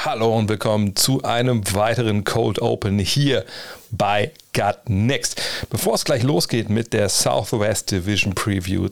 Hallo und willkommen zu einem weiteren Cold Open hier bei Gut Next. Bevor es gleich losgeht mit der Southwest Division Preview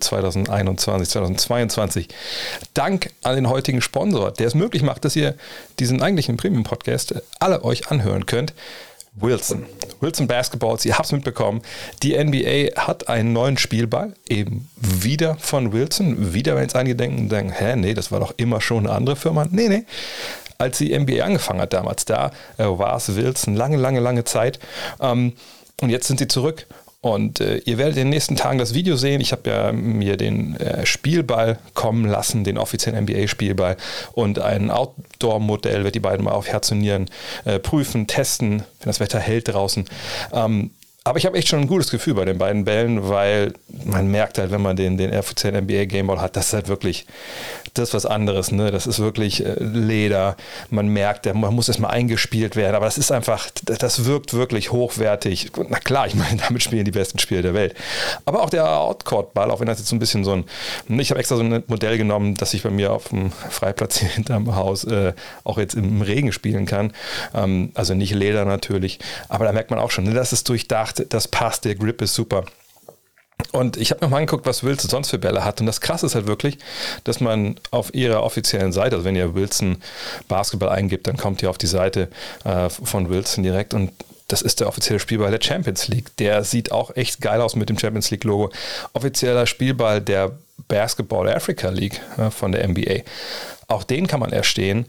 2021-2022, Dank an den heutigen Sponsor, der es möglich macht, dass ihr diesen eigentlichen Premium-Podcast alle euch anhören könnt. Wilson Basketballs, ihr habt es mitbekommen, die NBA hat einen neuen Spielball, eben wieder von Wilson, wieder, wenn jetzt einige denken, nee, das war doch immer schon eine andere Firma. Nee. Als die NBA angefangen hat damals, da war es Wilson lange Zeit. Und jetzt sind sie zurück. Und ihr werdet in den nächsten Tagen das Video sehen. Ich habe ja mir den Spielball kommen lassen, den offiziellen NBA-Spielball und ein Outdoor-Modell, werde die beiden mal auf Herz und Nieren prüfen, testen, wenn das Wetter hält draußen. Aber ich habe echt schon ein gutes Gefühl bei den beiden Bällen, weil man merkt halt, wenn man den offiziellen NBA-Gameball hat, das ist halt wirklich, das ist was anderes, ne? Das ist wirklich Leder. Man merkt, man muss erstmal eingespielt werden, aber das ist einfach, das wirkt wirklich hochwertig. Na klar, ich meine, damit spielen die besten Spieler der Welt. Aber auch der Outcourt-Ball, auch wenn das jetzt so ein bisschen so ein, ich habe extra so ein Modell genommen, dass ich bei mir auf dem Freiplatz hier hinterm Haus auch jetzt im Regen spielen kann. Also nicht Leder natürlich, aber da merkt man auch schon, ne? Das ist durchdacht. Das passt, der Grip ist super. Und ich habe noch mal angeguckt, was Wilson sonst für Bälle hat. Und das Krasse ist halt wirklich, dass man auf ihrer offiziellen Seite, also wenn ihr Wilson Basketball eingibt, dann kommt ihr auf die Seite von Wilson direkt und das ist der offizielle Spielball der Champions League. Der sieht auch echt geil aus mit dem Champions League Logo. Offizieller Spielball der Basketball Africa League von der NBA. Auch den kann man erstehen.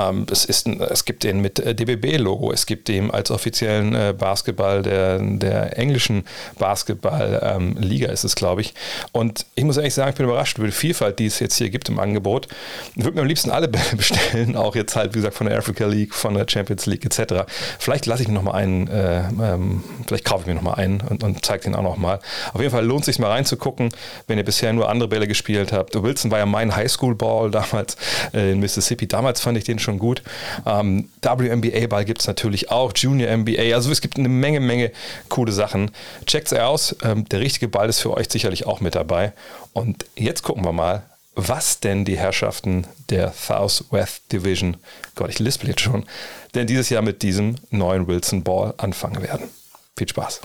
Es gibt den mit DBB-Logo, es gibt den als offiziellen Basketball der englischen Basketball-Liga ist es, glaube ich. Und ich muss ehrlich sagen, ich bin überrascht über die Vielfalt, die es jetzt hier gibt im Angebot. Ich würde mir am liebsten alle bestellen, auch jetzt halt, wie gesagt, von der Africa League, von der Champions League etc. Vielleicht lasse ich mir nochmal einen, vielleicht kaufe ich mir nochmal einen und zeige den auch nochmal. Auf jeden Fall lohnt es sich mal reinzugucken, wenn ihr bisher nur andere Bälle gespielt habt. Wilson war ja mein Highschool-Ball damals in Mississippi. Damals fand ich den schon gut. WNBA-Ball gibt es natürlich auch. Junior NBA. Also es gibt eine Menge coole Sachen. Checkt es aus. Der richtige Ball ist für euch sicherlich auch mit dabei. Und jetzt gucken wir mal, was denn die Herrschaften der Southwest Division, Gott, ich lispel jetzt schon, denn dieses Jahr mit diesem neuen Wilson Ball anfangen werden. Viel Spaß.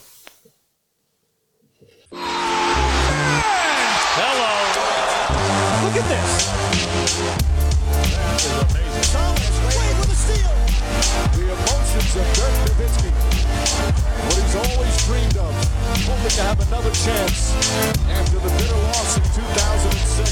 Hello. Look at this. The Dirk Nowitzki, what he's always dreamed of, hoping to have another chance after the bitter loss in 2006.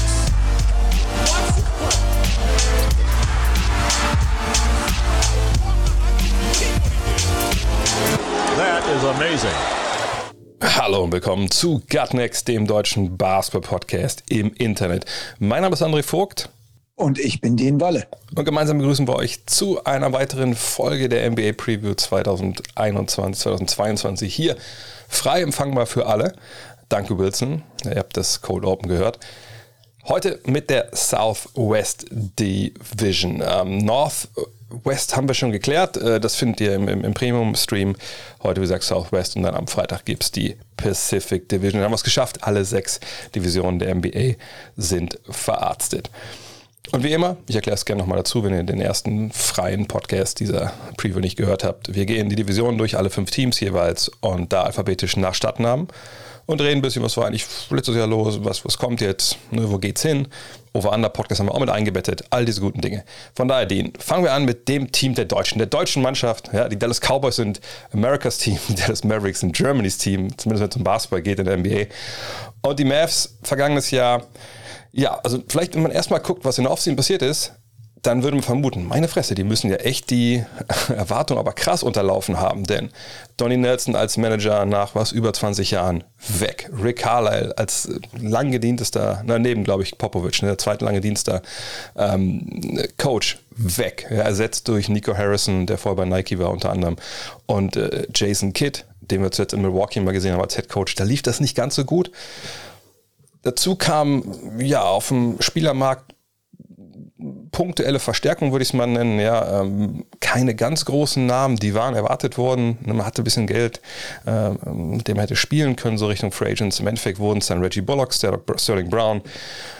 That is amazing. Hallo und willkommen zu Gut Next, dem deutschen Basketball-Podcast im Internet. Mein Name ist André Vogt. Und ich bin Dean Walle. Und gemeinsam begrüßen wir euch zu einer weiteren Folge der NBA Preview 2021-2022. Hier frei empfangbar für alle. Danke Wilson, ihr habt das Cold Open gehört. Heute mit der Southwest Division. Northwest haben wir schon geklärt. Das findet ihr im Premium-Stream. Heute, wie gesagt, Southwest und dann am Freitag gibt es die Pacific Division. Wir haben es geschafft. Alle 6 Divisionen der NBA sind verarztet. Und wie immer, ich erkläre es gerne nochmal dazu, wenn ihr den ersten freien Podcast dieser Preview nicht gehört habt. Wir gehen die Divisionen durch, alle 5 Teams jeweils und da alphabetisch nach Stadtnamen und reden ein bisschen, was war eigentlich letztes Jahr los, was kommt jetzt, ne, wo geht's hin. Over-Under-Podcast haben wir auch mit eingebettet, all diese guten Dinge. Von daher, Dean, fangen wir an mit dem Team der deutschen Mannschaft. Ja, die Dallas Cowboys sind Americas Team, die Dallas Mavericks sind Germany's Team, zumindest wenn es um Basketball geht in der NBA. Und die Mavs, vergangenes Jahr. Ja, also vielleicht, wenn man erstmal guckt, was in der Offseason passiert ist, dann würde man vermuten, meine Fresse, die müssen ja echt die Erwartung aber krass unterlaufen haben, denn Donnie Nelson als Manager nach über 20 Jahren weg. Rick Carlisle als langgedientester, neben, glaube ich, Popovich, der zweite langgedientester Coach, weg. Ja, ersetzt durch Nico Harrison, der vorher bei Nike war unter anderem, und Jason Kidd, den wir zuletzt in Milwaukee mal gesehen haben als Head Coach. Da lief das nicht ganz so gut. Dazu kam ja auf dem Spielermarkt punktuelle Verstärkung, würde ich es mal nennen. Ja, keine ganz großen Namen, die waren erwartet worden. Man hatte ein bisschen Geld, mit dem man hätte spielen können, so Richtung Free Agents. Im Endeffekt wurden es dann Reggie Bullock, Sterling Brown,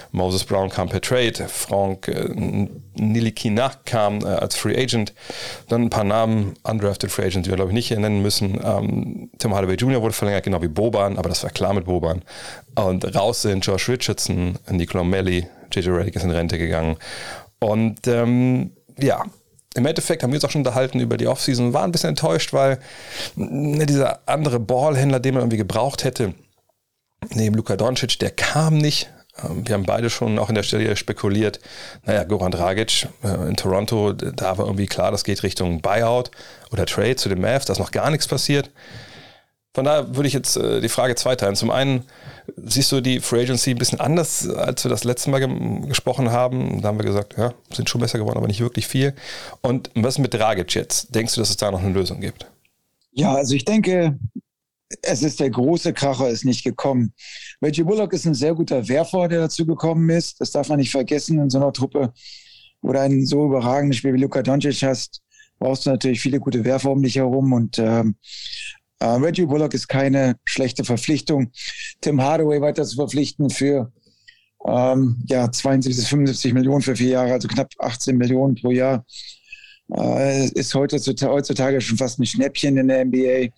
Moses Brown kam per Trade, Frank Nilikina kam als Free Agent, dann ein paar Namen, undrafted Free Agents, die wir glaube ich nicht hier nennen müssen. Tim Hardaway Jr. wurde verlängert, genau wie Boban, aber das war klar mit Boban. Und raus sind Josh Richardson, Nicola Melli, JJ Redick ist in Rente gegangen. Und ja, im Endeffekt haben wir uns auch schon unterhalten über die Offseason, waren ein bisschen enttäuscht, weil dieser andere Ballhändler, den man irgendwie gebraucht hätte, neben Luka Doncic, der kam nicht. Wir haben beide schon auch in der Stelle spekuliert, Goran Dragic in Toronto, da war irgendwie klar, das geht Richtung Buyout oder Trade zu den Mavs, da ist noch gar nichts passiert. Von daher würde ich jetzt die Frage zweiteilen. Zum einen siehst du die Free Agency ein bisschen anders, als wir das letzte Mal gesprochen haben. Da haben wir gesagt, ja, sind schon besser geworden, aber nicht wirklich viel. Und was ist mit Dragic jetzt? Denkst du, dass es da noch eine Lösung gibt? Ja, also ich denke, es ist der große Kracher, ist nicht gekommen. Reggie Bullock ist ein sehr guter Werfer, der dazu gekommen ist. Das darf man nicht vergessen in so einer Truppe, wo du einen so überragenden Spiel wie Luka Doncic hast, brauchst du natürlich viele gute Werfer um dich herum und Reggie Bullock ist keine schlechte Verpflichtung. Tim Hardaway weiter zu verpflichten für 72 bis 75 Millionen für 4 Jahre, also knapp 18 Millionen pro Jahr, ist heutzutage schon fast ein Schnäppchen in der NBA.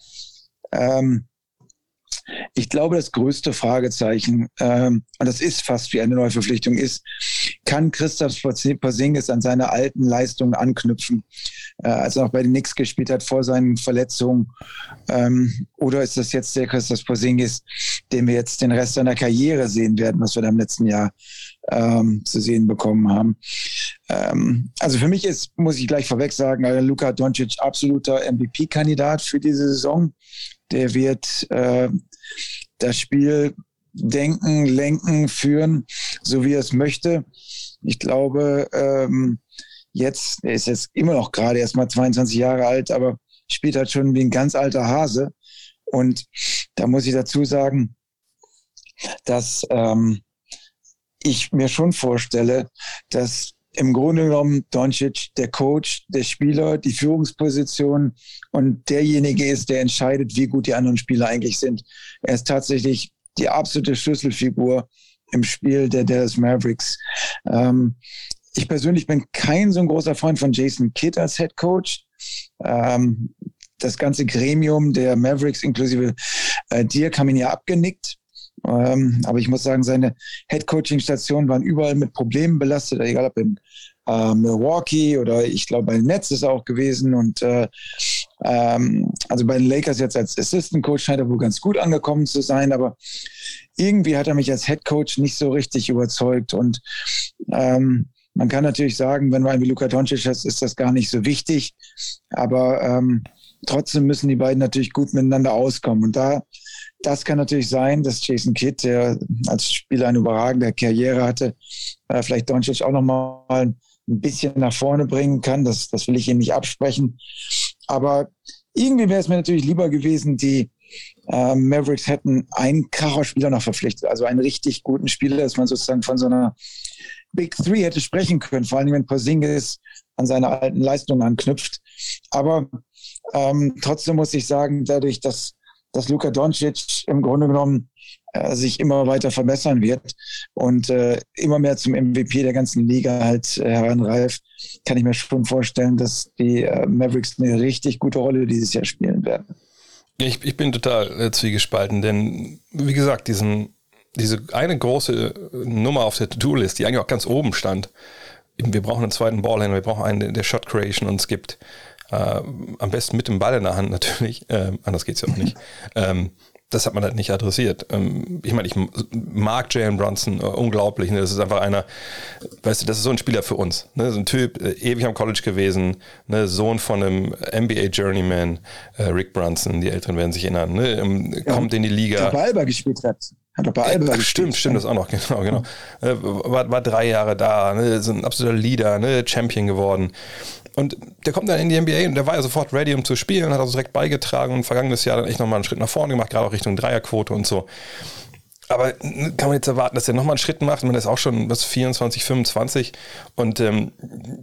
Ich glaube, das größte Fragezeichen, und das ist fast wie eine Neuverpflichtung, ist, kann Kristaps Porzingis an seine alten Leistungen anknüpfen, als er noch bei den Knicks gespielt hat vor seinen Verletzungen? Oder ist das jetzt der Kristaps Porzingis, den wir jetzt den Rest seiner Karriere sehen werden, was wir da im letzten Jahr zu sehen bekommen haben? Also für mich ist, muss ich gleich vorweg sagen, Luka Doncic absoluter MVP-Kandidat für diese Saison. Der wird das Spiel denken, lenken, führen, so wie er es möchte. Ich glaube, er ist jetzt immer noch gerade erst mal 22 Jahre alt, aber spielt halt schon wie ein ganz alter Hase. Und da muss ich dazu sagen, dass ich mir schon vorstelle, dass im Grunde genommen Doncic der Coach, der Spieler, die Führungsposition und derjenige ist, der entscheidet, wie gut die anderen Spieler eigentlich sind. Er ist tatsächlich die absolute Schlüsselfigur im Spiel der Dallas Mavericks. Ich persönlich bin kein so ein großer Freund von Jason Kidd als Head Coach. Das ganze Gremium der Mavericks inklusive Dirk haben ihn ja abgenickt. Aber ich muss sagen, seine Head-Coaching-Stationen waren überall mit Problemen belastet, egal ob in Milwaukee oder ich glaube bei den Nets ist er auch gewesen und also bei den Lakers jetzt als Assistant-Coach scheint er wohl ganz gut angekommen zu sein, aber irgendwie hat er mich als Head-Coach nicht so richtig überzeugt und man kann natürlich sagen, wenn du einen wie Luka Doncic hast, ist das gar nicht so wichtig, aber trotzdem müssen die beiden natürlich gut miteinander auskommen und das kann natürlich sein, dass Jason Kidd, der als Spieler eine überragende Karriere hatte, vielleicht Doncic auch nochmal ein bisschen nach vorne bringen kann. Das will ich ihm nicht absprechen. Aber irgendwie wäre es mir natürlich lieber gewesen, die Mavericks hätten einen Kracher-Spieler noch verpflichtet. Also einen richtig guten Spieler, dass man sozusagen von so einer Big Three hätte sprechen können. Vor allem, wenn Porzingis an seine alten Leistungen anknüpft. Aber trotzdem muss ich sagen, dadurch, dass Luka Doncic im Grunde genommen sich immer weiter verbessern wird und immer mehr zum MVP der ganzen Liga halt heranreift, kann ich mir schon vorstellen, dass die Mavericks eine richtig gute Rolle dieses Jahr spielen werden. Ich bin total zwiegespalten, denn wie gesagt, diese eine große Nummer auf der To-Do-List, die eigentlich auch ganz oben stand, wir brauchen einen zweiten Ballhändler, wir brauchen einen, der Shot Creation uns gibt. Am besten mit dem Ball in der Hand natürlich, anders geht's ja auch nicht. Das hat man halt nicht adressiert. Ich meine, ich mag Jalen Brunson unglaublich. Ne? Das ist einfach einer, weißt du, das ist so ein Spieler für uns. Ne? So ein Typ, ewig am College gewesen, ne? Sohn von einem NBA-Journeyman, Rick Brunson, die Älteren werden sich erinnern, ne? Kommt in die Liga. Der bei Alba gespielt hat. Hat er bei Alba gespielt. Stimmt, das auch noch, genau. War 3 Jahre da, ne? So ein absoluter Leader, ne? Champion geworden. Und der kommt dann in die NBA und der war ja sofort ready, um zu spielen, hat also direkt beigetragen und vergangenes Jahr dann echt nochmal einen Schritt nach vorne gemacht, gerade auch Richtung Dreierquote und so. Aber kann man jetzt erwarten, dass der nochmal einen Schritt macht? Man ist auch schon 24, 25 und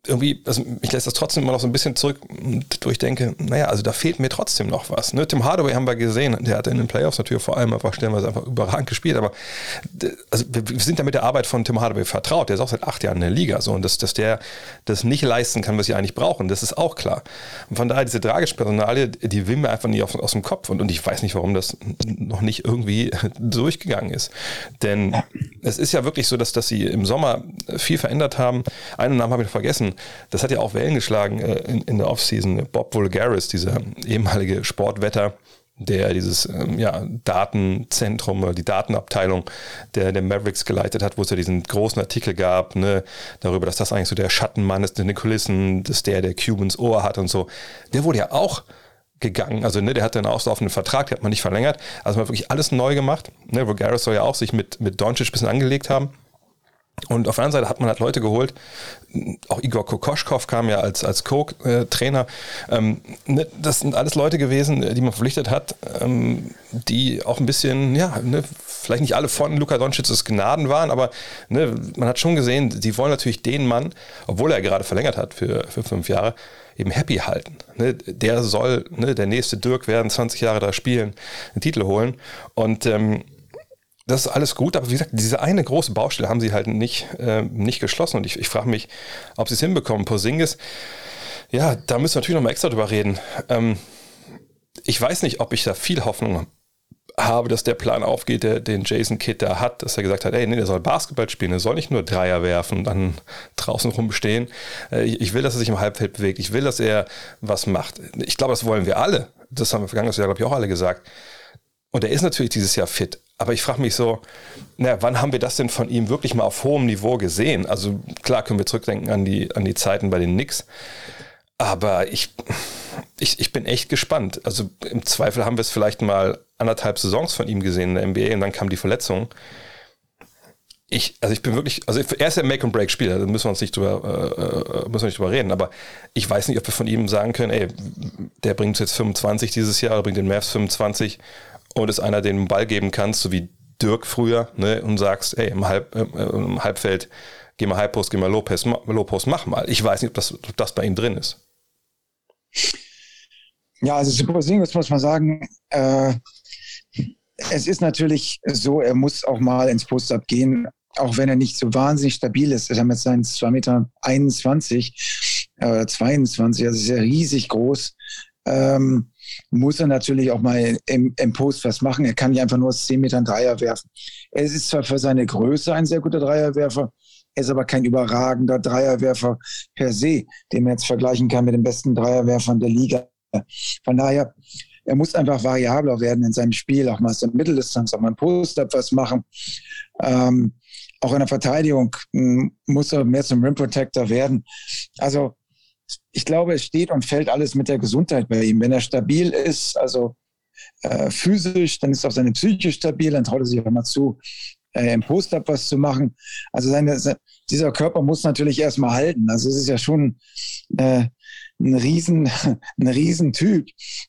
irgendwie, also mich lässt das trotzdem immer noch so ein bisschen zurück, wo ich denke, naja, also da fehlt mir trotzdem noch was. Ne? Tim Hardaway haben wir gesehen, der hat in den Playoffs natürlich vor allem einfach stellenweise einfach überragend gespielt, aber also wir sind ja mit der Arbeit von Tim Hardaway vertraut, der ist auch seit 8 Jahren in der Liga, so, und dass der das nicht leisten kann, was sie eigentlich brauchen, das ist auch klar. Und von daher, diese Dragic-Personalie, die will mir einfach nie aus dem Kopf, und ich weiß nicht, warum das noch nicht irgendwie durchgegangen ist. Denn es ist ja wirklich so, dass sie im Sommer viel verändert haben. Einen Namen habe ich noch vergessen. Das hat ja auch Wellen geschlagen in der Offseason. Bob Voulgaris, dieser ehemalige Sportwetter, der dieses Datenzentrum oder die Datenabteilung der Mavericks geleitet hat, wo es ja diesen großen Artikel gab, ne, darüber, dass das eigentlich so der Schattenmann ist in den Kulissen, dass der Cubans Ohr hat und so. Der wurde ja auch gegangen. Also ne, der hat einen auslaufenden Vertrag, den hat man nicht verlängert. Also man hat wirklich alles neu gemacht. Ne, Voulgaris soll ja auch sich mit Doncic ein bisschen angelegt haben. Und auf der anderen Seite hat man halt Leute geholt, auch Igor Kokoschkov kam ja als Co-Trainer. Das sind alles Leute gewesen, die man verpflichtet hat, die auch ein bisschen, vielleicht nicht alle von Luka Doncic's Gnaden waren, aber man hat schon gesehen, die wollen natürlich den Mann, obwohl er gerade verlängert hat für 5 Jahre, eben happy halten. Der soll der nächste Dirk werden, 20 Jahre da spielen, einen Titel holen, und das ist alles gut, aber wie gesagt, diese eine große Baustelle haben sie halt nicht geschlossen, und ich frage mich, ob sie es hinbekommen. Porzingis, ja, da müssen wir natürlich noch mal extra drüber reden. Ich weiß nicht, ob ich da viel Hoffnung habe, dass der Plan aufgeht, den Jason Kidd da hat, dass er gesagt hat, der soll Basketball spielen, der soll nicht nur Dreier werfen und dann draußen rumstehen. Ich will, dass er sich im Halbfeld bewegt, ich will, dass er was macht. Ich glaube, das wollen wir alle. Das haben wir vergangenes Jahr, glaube ich, auch alle gesagt. Und er ist natürlich dieses Jahr fit. Aber ich frage mich so, wann haben wir das denn von ihm wirklich mal auf hohem Niveau gesehen? Also klar können wir zurückdenken an die Zeiten bei den Knicks. Aber ich bin echt gespannt. Also im Zweifel haben wir es vielleicht mal 1,5 Saisons von ihm gesehen in der NBA, und dann kam die Verletzung. Ich bin wirklich, also er ist ja ein Make-and-Break-Spieler, da müssen wir nicht drüber reden, aber ich weiß nicht, ob wir von ihm sagen können, der bringt jetzt 25 dieses Jahr, oder bringt den Mavs 25 und ist einer, den du den Ball geben kannst, so wie Dirk früher, und sagst, im Halbfeld, geh mal High-Post, geh mal Low-Post, mach mal. Ich weiß nicht, ob das bei ihm drin ist. Ja, also zu Porzingis muss man sagen, es ist natürlich so, er muss auch mal ins Post-Up gehen, auch wenn er nicht so wahnsinnig stabil ist. Er hat jetzt seinen 2,21 Meter oder 22, also ist ja riesig groß. Muss er natürlich auch mal im Post was machen. Er kann nicht einfach nur aus 10 Metern Dreier werfen. Er ist zwar für seine Größe ein sehr guter Dreierwerfer, er ist aber kein überragender Dreierwerfer per se, den man jetzt vergleichen kann mit den besten Dreierwerfern der Liga. Von daher, er muss einfach variabler werden in seinem Spiel, auch mal aus der Mitteldistanz, auch mal im Post-Up was machen. Auch in der Verteidigung muss er mehr zum Rim-Protector werden. Also ich glaube, es steht und fällt alles mit der Gesundheit bei ihm. Wenn er stabil ist, also physisch, dann ist auch seine Psyche stabil, dann traut er sich auch mal zu, im Post-Up was zu machen. Also dieser Körper muss natürlich erstmal halten. Also es ist ja schon ein Riesentyp,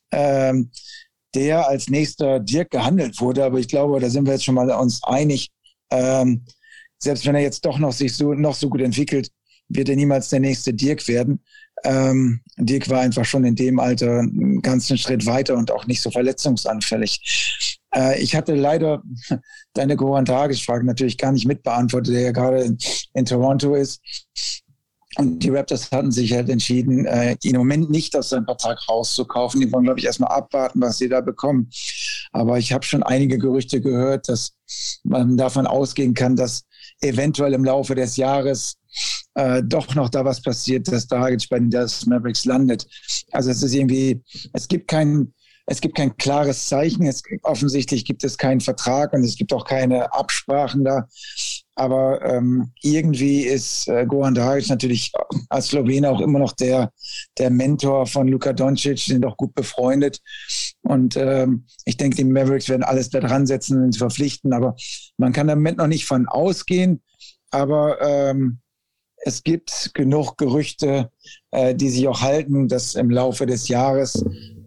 der als nächster Dirk gehandelt wurde. Aber ich glaube, da sind wir jetzt schon mal uns einig, selbst wenn er jetzt doch noch sich noch so gut entwickelt, wird er niemals der nächste Dirk werden. Dirk war einfach schon in dem Alter einen ganzen Schritt weiter und auch nicht so verletzungsanfällig. Ich hatte leider deine Goran Dragic-Frage natürlich gar nicht mitbeantwortet, der ja gerade in Toronto ist. Und die Raptors hatten sich halt entschieden, ihn im Moment nicht aus seinem Vertrag rauszukaufen. Die wollen, glaube ich, erstmal abwarten, was sie da bekommen. Aber ich habe schon einige Gerüchte gehört, dass man davon ausgehen kann, dass eventuell im Laufe des Jahres doch noch da was passiert, dass Dragic bei den Dallas Mavericks landet. Also es ist irgendwie, es gibt kein klares Zeichen. Offensichtlich gibt es keinen Vertrag und es gibt auch keine Absprachen da. Aber irgendwie ist Goran Dragic natürlich als Slowene auch immer noch der Mentor von Luka Doncic, die sind doch gut befreundet. Und ich denke, die Mavericks werden alles da dran setzen und verpflichten. Aber man kann im Moment noch nicht von ausgehen. Aber es gibt genug Gerüchte, die sich auch halten, dass im Laufe des Jahres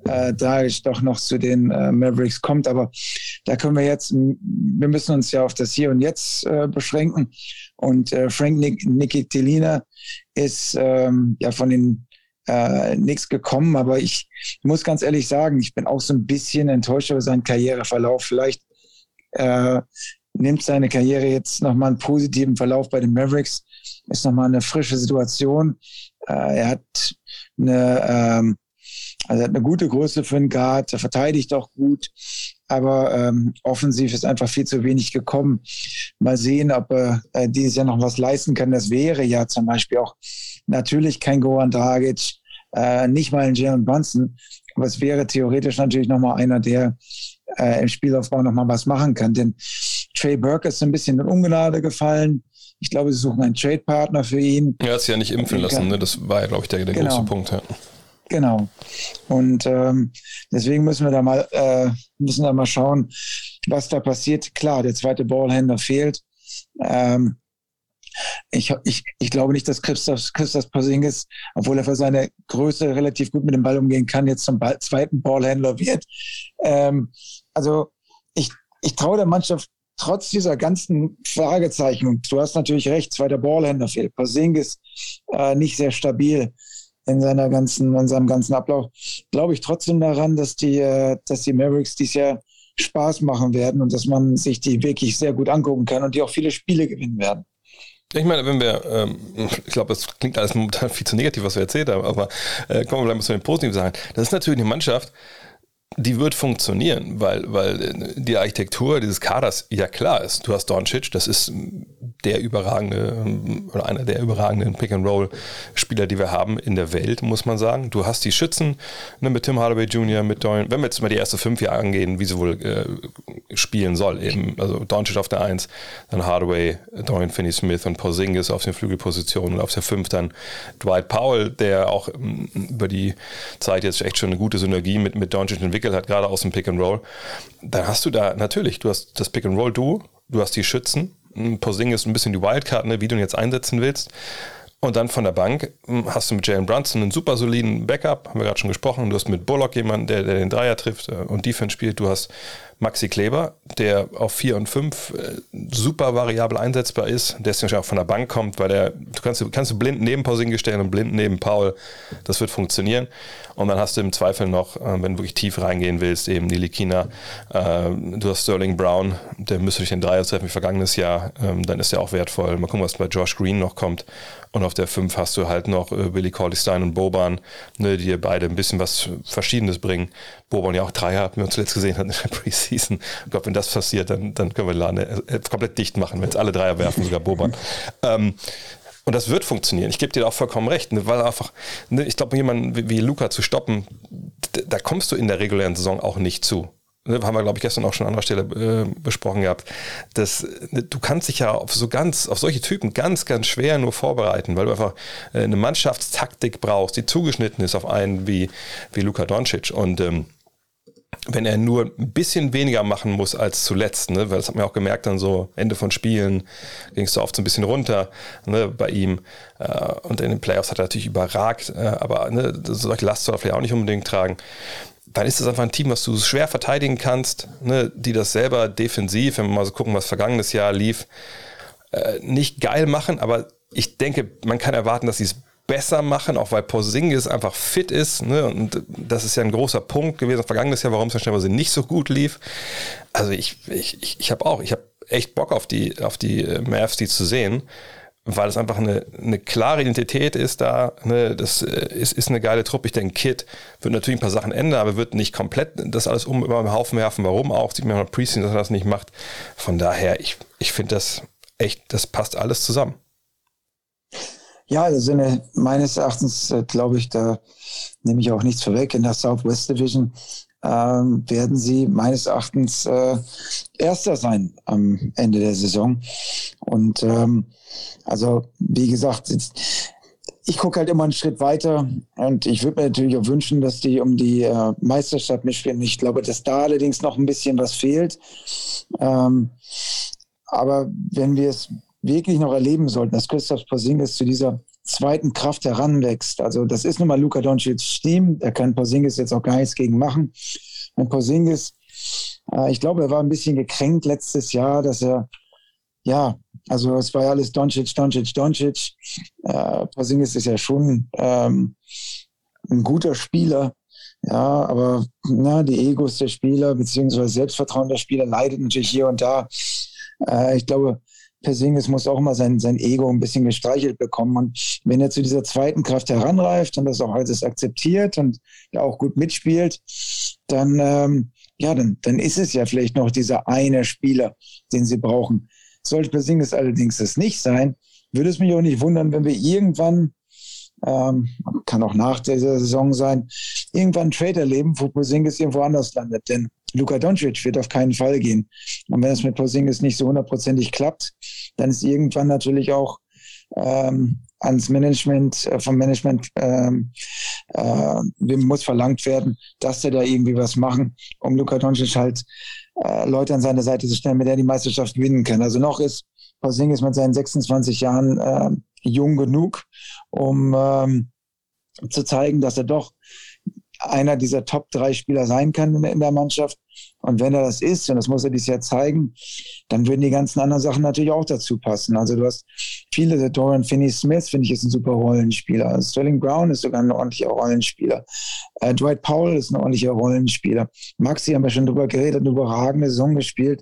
Dragic doch noch zu den Mavericks kommt. Aber da können wir müssen uns ja auf das Hier und Jetzt beschränken. Und Frank Ntilikina ist ja von den Knicks gekommen, aber ich muss ganz ehrlich sagen, ich bin auch so ein bisschen enttäuscht über seinen Karriereverlauf. Vielleicht nimmt seine Karriere jetzt nochmal einen positiven Verlauf bei den Mavericks, ist nochmal eine frische Situation. Er hat eine gute Größe für einen Guard, er verteidigt auch gut, aber offensiv ist einfach viel zu wenig gekommen. Mal sehen, ob er dieses Jahr noch was leisten kann. Das wäre ja zum Beispiel auch natürlich kein Goran Dragic, nicht mal ein Jalen Brunson, aber es wäre theoretisch natürlich nochmal einer, der im Spielaufbau nochmal was machen kann. Denn Trey Burke ist ein bisschen in Ungnade gefallen. Ich glaube, sie suchen einen Trade-Partner für ihn. Er hat sich ja nicht impfen lassen, ne? Das war ja, glaube ich, der große Punkt. Ja. Genau. Und deswegen müssen wir da mal schauen, was da passiert. Klar, der zweite Ballhändler fehlt. Ich glaube nicht, dass Kristaps Porzingis, obwohl er für seine Größe relativ gut mit dem Ball umgehen kann, jetzt zum zweiten Ballhändler wird. Also ich traue der Mannschaft trotz dieser ganzen Fragezeichen, und du hast natürlich recht, zweiter Ballhändler fehlt, Porzingis nicht sehr stabil in seinem ganzen Ablauf, glaube ich trotzdem daran, dass die Mavericks dieses Jahr Spaß machen werden und dass man sich die wirklich sehr gut angucken kann und die auch viele Spiele gewinnen werden. Ich meine, wenn wir, ich glaube, das klingt alles momentan viel zu negativ, was wir erzählt haben, aber kommen wir vielleicht zu den positiven Sachen. Das ist natürlich eine Mannschaft, die wird funktionieren, weil die Architektur dieses Kaders ja klar ist. Du hast Doncic, das ist der überragende oder einer der überragenden Pick-and-Roll-Spieler, die wir haben in der Welt, muss man sagen. Du hast die Schützen, ne, mit Tim Hardaway Jr., mit Dorian, wenn wir jetzt mal die ersten 5 Jahre angehen, wie sie wohl spielen soll, eben, also Doncic auf der 1, dann Hardaway, Dorian Finney-Smith und Porzingis auf den Flügelpositionen und auf der 5 dann Dwight Powell, der auch über die Zeit jetzt echt schon eine gute Synergie mit Doncic entwickelt hat, gerade aus dem Pick-and-Roll. Dann hast du da natürlich, du hast das Pick-and-Roll-Duo, du hast die Schützen, Porzingis ein bisschen die Wildcard, ne, wie du ihn jetzt einsetzen willst. Und dann von der Bank hast du mit Jalen Brunson einen super soliden Backup, haben wir gerade schon gesprochen. Du hast mit Bullock jemanden, der den Dreier trifft und Defense spielt. Du hast Maxi Kleber, der auf 4 und 5 super variabel einsetzbar ist, der wahrscheinlich auch von der Bank kommt, weil du kannst blind neben Porzingis stellen und blind neben Paul. Das wird funktionieren. Und dann hast du im Zweifel noch, wenn du wirklich tief reingehen willst, eben Ntilikina. Du hast Sterling Brown, der müsste durch den Dreier treffen wie vergangenes Jahr. Dann ist der auch wertvoll. Mal gucken, was bei Josh Green noch kommt. Und auf der 5 hast du halt noch Willie Cauley-Stein und Boban, ne, die beide ein bisschen was Verschiedenes bringen. Boban ja auch Dreier, haben wir uns zuletzt gesehen hatten in der Preseason. Ich glaube, wenn das passiert, dann können wir den Laden komplett dicht machen, wenn es alle Dreier werfen, sogar Boban. Und das wird funktionieren. Ich gebe dir auch vollkommen recht, ne, weil einfach, ne, ich glaube, jemanden wie Luka zu stoppen, da kommst du in der regulären Saison auch nicht zu. Haben wir, glaube ich, gestern auch schon an anderer Stelle besprochen gehabt, dass du kannst dich ja auf solche Typen ganz, ganz schwer nur vorbereiten, weil du einfach eine Mannschaftstaktik brauchst, die zugeschnitten ist auf einen wie Luka Doncic. Und wenn er nur ein bisschen weniger machen muss als zuletzt, ne, weil das hat man auch gemerkt, dann so Ende von Spielen ging es so oft so ein bisschen runter, ne, bei ihm. Und in den Playoffs hat er natürlich überragt, aber ne, solche Last soll er vielleicht auch nicht unbedingt tragen. Dann ist das einfach ein Team, was du schwer verteidigen kannst, ne, die das selber defensiv, wenn wir mal so gucken, was vergangenes Jahr lief, nicht geil machen, aber ich denke, man kann erwarten, dass sie es besser machen, auch weil Porzingis einfach fit ist, ne, und das ist ja ein großer Punkt gewesen vergangenes Jahr, warum es dann schnell nicht so gut lief. Also ich habe echt Bock auf die Mavs, die zu sehen, weil es einfach eine klare Identität ist da, ne, das ist eine geile Truppe. Ich denke, Kid wird natürlich ein paar Sachen ändern, aber wird nicht komplett das alles über den Haufen werfen. Warum auch? Sieht man ja mal Preseason, dass er das nicht macht. Von daher, ich finde das echt, das passt alles zusammen. Ja, also meines Erachtens, glaube ich, da nehme ich auch nichts vorweg. In der Southwest Division werden sie meines Erachtens Erster sein am Ende der Saison. Und also, wie gesagt, ich gucke halt immer einen Schritt weiter und ich würde mir natürlich auch wünschen, dass die um die Meisterschaft mitspielen. Ich glaube, dass da allerdings noch ein bisschen was fehlt. Aber wenn wir es wirklich noch erleben sollten, dass Kristaps Porzingis zu dieser zweiten Kraft heranwächst. Also das ist nun mal Luka Doncic's Team, da kann Porzingis jetzt auch gar nichts gegen machen. Und Porzingis, ich glaube, er war ein bisschen gekränkt letztes Jahr, dass er, also es war ja alles Doncic. Porzingis ist ja schon ein guter Spieler, ja, aber die Egos der Spieler beziehungsweise Selbstvertrauen der Spieler leidet natürlich hier und da. Ich glaube, Porzingis muss auch mal sein Ego ein bisschen gestreichelt bekommen. Und wenn er zu dieser zweiten Kraft heranreift und das auch alles akzeptiert und ja auch gut mitspielt, dann ist es ja vielleicht noch dieser eine Spieler, den sie brauchen. Sollte Porzingis allerdings das nicht sein, würde es mich auch nicht wundern, wenn wir irgendwann, kann auch nach dieser Saison sein, irgendwann einen Trade erleben, wo Porzingis irgendwo anders landet. Denn Luka Doncic wird auf keinen Fall gehen. Und wenn es mit Porzingis nicht so hundertprozentig klappt, dann ist irgendwann natürlich auch ans Management, vom Management muss verlangt werden, dass sie da irgendwie was machen, um Luka Doncic halt Leute an seine Seite zu stellen, mit der die Meisterschaft gewinnen kann. Also noch ist Porzingis mit seinen 26 Jahren jung genug, um zu zeigen, dass er doch einer dieser Top-3-Spieler sein kann in der Mannschaft. Und wenn er das ist, und das muss er dieses Jahr zeigen, dann würden die ganzen anderen Sachen natürlich auch dazu passen. Also du hast viele, der Dorian Finney-Smith, finde ich, ist ein super Rollenspieler. Sterling Brown ist sogar ein ordentlicher Rollenspieler. Dwight Powell ist ein ordentlicher Rollenspieler. Maxi, haben wir schon drüber geredet, eine überragende Saison gespielt.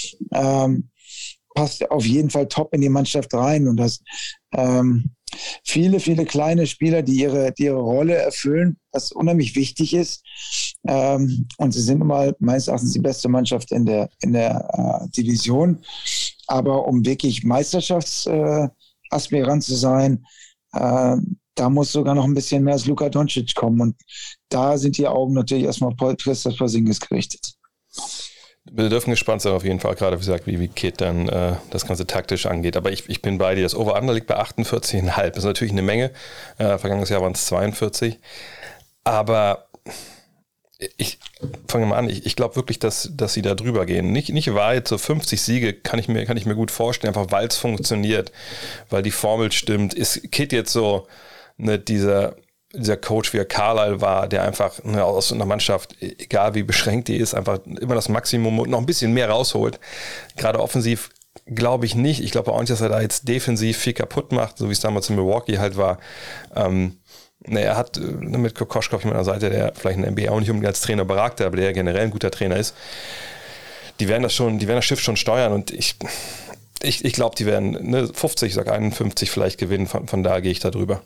Passt auf jeden Fall top in die Mannschaft rein. Und das viele kleine Spieler, die ihre Rolle erfüllen, was unheimlich wichtig ist. Und sie sind nun mal meines Erachtens die beste Mannschaft in der Division. Aber um wirklich Meisterschaftsaspirant zu sein, da muss sogar noch ein bisschen mehr als Luka Doncic kommen. Und da sind die Augen natürlich erstmal auf Kristaps Porzingis gerichtet. Wir dürfen gespannt sein auf jeden Fall, gerade wie gesagt, wie Kid dann das Ganze taktisch angeht. Aber ich bin bei dir. Das Over-Under liegt bei 48,5. Das ist natürlich eine Menge. Vergangenes Jahr waren es 42. Aber ich fange mal an. Ich glaube wirklich, dass sie da drüber gehen. Nicht weit, so 50 Siege kann ich mir gut vorstellen, einfach weil es funktioniert, weil die Formel stimmt. Ist Kid jetzt so dieser Coach, wie er Carlisle war, der einfach aus einer Mannschaft, egal wie beschränkt die ist, einfach immer das Maximum und noch ein bisschen mehr rausholt. Gerade offensiv glaube ich nicht. Ich glaube auch nicht, dass er da jetzt defensiv viel kaputt macht, so wie es damals in Milwaukee halt war. Er hat mit Kokoschkov jemand an der Seite, der vielleicht in der NBA auch nicht unbedingt als Trainer beragte, aber der generell ein guter Trainer ist. Die werden das Schiff schon steuern und ich glaube, die werden 50, ich sage 51 vielleicht gewinnen. Von da gehe ich da drüber.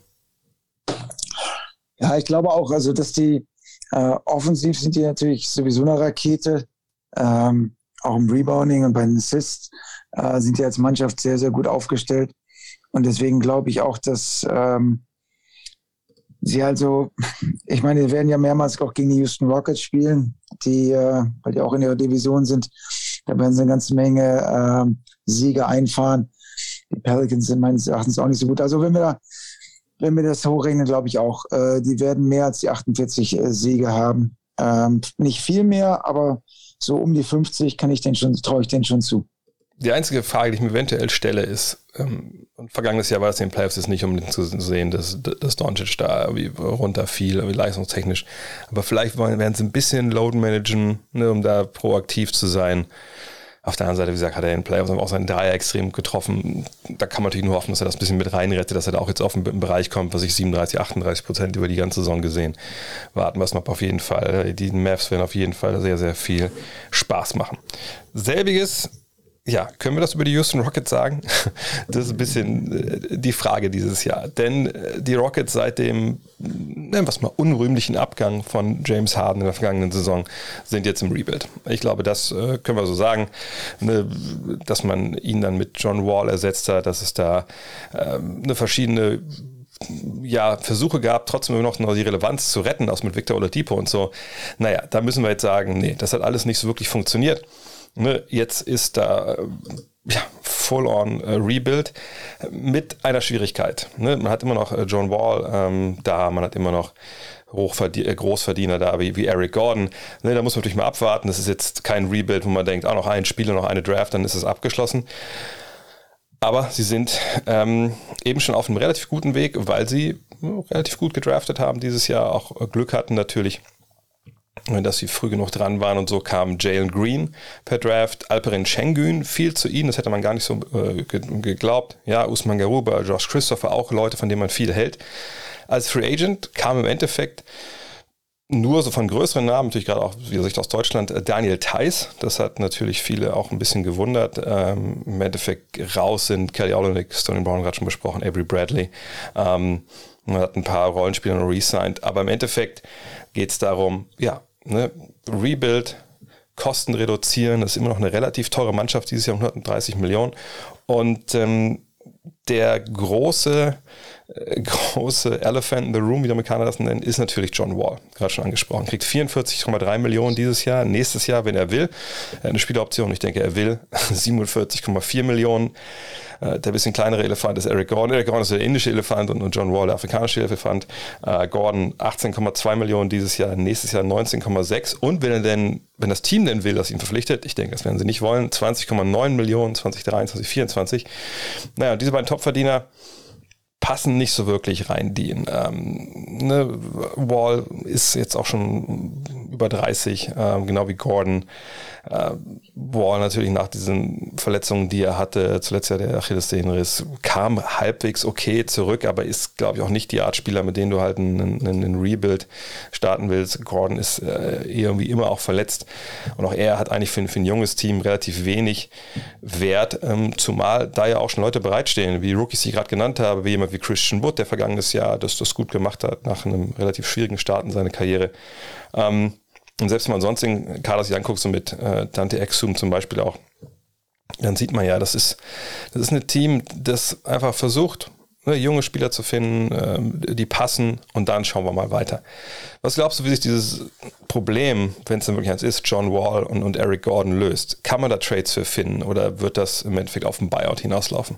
Ja, ich glaube auch, also dass die offensiv sind die natürlich sowieso eine Rakete, auch im Rebounding und bei den Assists sind die als Mannschaft sehr, sehr gut aufgestellt und deswegen glaube ich auch, dass sie also, ich meine, die werden ja mehrmals auch gegen die Houston Rockets spielen, weil die auch in ihrer Division sind, da werden sie eine ganze Menge Siege einfahren. Die Pelicans sind meines Erachtens auch nicht so gut, also wenn wir das hochrechnen, glaube ich auch. Die werden mehr als die 48 Siege haben. Nicht viel mehr, aber so um die 50 traue ich denen schon zu. Die einzige Frage, die ich mir eventuell stelle, ist, und vergangenes Jahr war es in den Playoffs jetzt nicht unbedingt zu sehen, dass Doncic da irgendwie runterfiel, irgendwie leistungstechnisch. Aber vielleicht werden sie ein bisschen Load managen, um da proaktiv zu sein. Auf der anderen Seite, wie gesagt, hat er in den Playoffs auch seinen Dreier extrem getroffen. Da kann man natürlich nur hoffen, dass er das ein bisschen mit reinrettet, dass er da auch jetzt auf den Bereich kommt, was ich 37-38% über die ganze Saison gesehen. Warten wir es noch auf jeden Fall. Die Mavs werden auf jeden Fall sehr, sehr viel Spaß machen. Selbiges, ja, können wir das über die Houston Rockets sagen? Das ist ein bisschen die Frage dieses Jahr. Denn die Rockets seit dem, nennen wir es mal, unrühmlichen Abgang von James Harden in der vergangenen Saison sind jetzt im Rebuild. Ich glaube, das können wir so sagen, dass man ihn dann mit John Wall ersetzt hat, dass es da verschiedene Versuche gab, trotzdem immer noch die Relevanz zu retten, auch mit Victor Oladipo und so. Naja, da müssen wir jetzt sagen, nee, das hat alles nicht so wirklich funktioniert. Jetzt ist da Full-on Rebuild mit einer Schwierigkeit. Man hat immer noch John Wall da, man hat immer noch Großverdiener da wie Eric Gordon. Da muss man natürlich mal abwarten. Das ist jetzt kein Rebuild, wo man denkt, noch ein Spiel und noch eine Draft, dann ist es abgeschlossen. Aber sie sind eben schon auf einem relativ guten Weg, weil sie relativ gut gedraftet haben dieses Jahr, auch Glück hatten natürlich, dass sie früh genug dran waren, und so kam Jalen Green per Draft, Alperen Şengün fiel zu ihnen, das hätte man gar nicht so geglaubt. Ja, Usman Garuba, Josh Christopher, auch Leute, von denen man viel hält. Als Free Agent kam im Endeffekt nur so von größeren Namen, natürlich gerade auch, wie gesagt, aus Deutschland, Daniel Theis. Das hat natürlich viele auch ein bisschen gewundert. Im Endeffekt raus sind Kelly Olynyk, Sterling Brown gerade schon besprochen, Avery Bradley. Man hat ein paar Rollenspieler noch re-signed, aber im Endeffekt geht es darum, Rebuild, Kosten reduzieren. Das ist immer noch eine relativ teure Mannschaft, dieses Jahr 130 Millionen. Und der große Elephant in the Room, wie die Amerikaner das nennen, ist natürlich John Wall, gerade schon angesprochen. Kriegt 44,3 Millionen dieses Jahr, nächstes Jahr, wenn er will. Er hat eine Spieleroption, ich denke, er will 47,4 Millionen. Der bisschen kleinere Elefant ist Eric Gordon. Eric Gordon ist der indische Elefant und John Wall der afrikanische Elefant. Gordon 18,2 Millionen dieses Jahr, nächstes Jahr 19,6. Und wenn das Team denn will, das ihn verpflichtet, ich denke, das werden sie nicht wollen, 20,9 Millionen 2023, 2024. Naja, diese beiden Topverdiener passen nicht so wirklich rein, Wall ist jetzt auch schon über 30, genau wie Gordon. Wall natürlich nach diesen Verletzungen, die er hatte, zuletzt ja der Achillessehnenriss, kam halbwegs okay zurück, aber ist, glaube ich, auch nicht die Art Spieler, mit denen du halt einen Rebuild starten willst. Gordon ist irgendwie immer auch verletzt und auch er hat eigentlich für ein junges Team relativ wenig Wert, zumal da ja auch schon Leute bereitstehen, wie Rookies, die ich gerade genannt habe, wie jemand wie Christian Wood, der vergangenes Jahr das gut gemacht hat, nach einem relativ schwierigen Start in seine Karriere. Und selbst wenn man sonst den Kader sich anguckt, so mit Dante Exum zum Beispiel auch, dann sieht man ja, das ist ein Team, das einfach versucht, junge Spieler zu finden, die passen, und dann schauen wir mal weiter. Was glaubst du, wie sich dieses Problem, wenn es denn wirklich eins ist, John Wall und Eric Gordon löst? Kann man da Trades für finden oder wird das im Endeffekt auf ein Buyout hinauslaufen?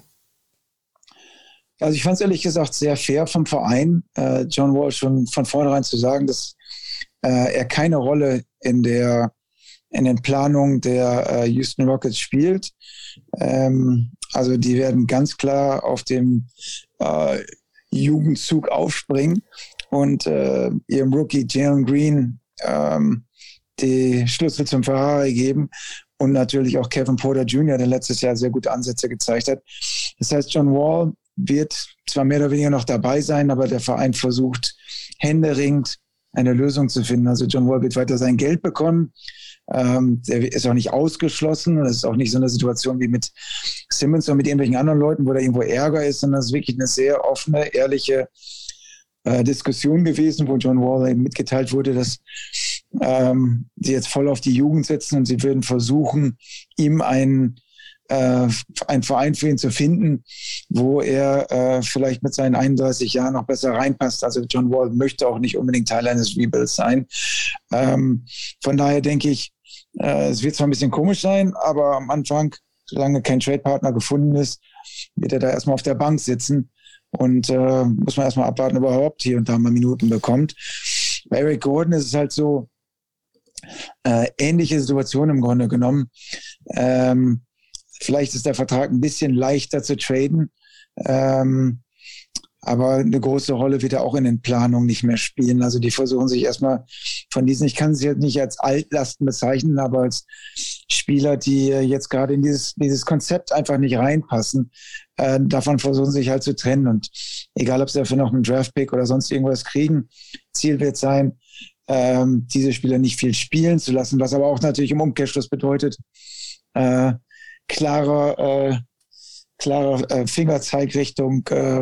Also ich fand es ehrlich gesagt sehr fair vom Verein, John Wall schon von vornherein zu sagen, dass er keine Rolle in den Planungen der Houston Rockets spielt. Also die werden ganz klar auf dem Jugendzug aufspringen und ihrem Rookie Jalen Green die Schlüssel zum Ferrari geben und natürlich auch Kevin Porter Jr., der letztes Jahr sehr gute Ansätze gezeigt hat. Das heißt, John Wall wird zwar mehr oder weniger noch dabei sein, aber der Verein versucht händeringend eine Lösung zu finden. Also John Wall wird weiter sein Geld bekommen. Der ist auch nicht ausgeschlossen. Das ist auch nicht so eine Situation wie mit Simmons oder mit irgendwelchen anderen Leuten, wo da irgendwo Ärger ist, sondern es ist wirklich eine sehr offene, ehrliche Diskussion gewesen, wo John Wall eben mitgeteilt wurde, dass sie jetzt voll auf die Jugend setzen und sie würden versuchen, ihm einen Verein für ihn zu finden, wo er vielleicht mit seinen 31 Jahren noch besser reinpasst. Also John Wall möchte auch nicht unbedingt Teil eines Rebuilds sein. Von daher denke ich, es wird zwar ein bisschen komisch sein, aber am Anfang, solange kein Trade-Partner gefunden ist, wird er da erstmal auf der Bank sitzen und muss man erstmal abwarten, ob er überhaupt hier und da mal Minuten bekommt. Bei Eric Gordon ist es halt so, ähnliche Situation im Grunde genommen. Vielleicht ist der Vertrag ein bisschen leichter zu traden, aber eine große Rolle wird er auch in den Planungen nicht mehr spielen. Also die versuchen sich erstmal von diesen, ich kann sie jetzt nicht als Altlasten bezeichnen, aber als Spieler, die jetzt gerade in dieses Konzept einfach nicht reinpassen, davon versuchen sich halt zu trennen. Und egal, ob sie dafür noch einen Draftpick oder sonst irgendwas kriegen, Ziel wird sein, diese Spieler nicht viel spielen zu lassen, was aber auch natürlich im Umkehrschluss bedeutet, klarer Fingerzeig Richtung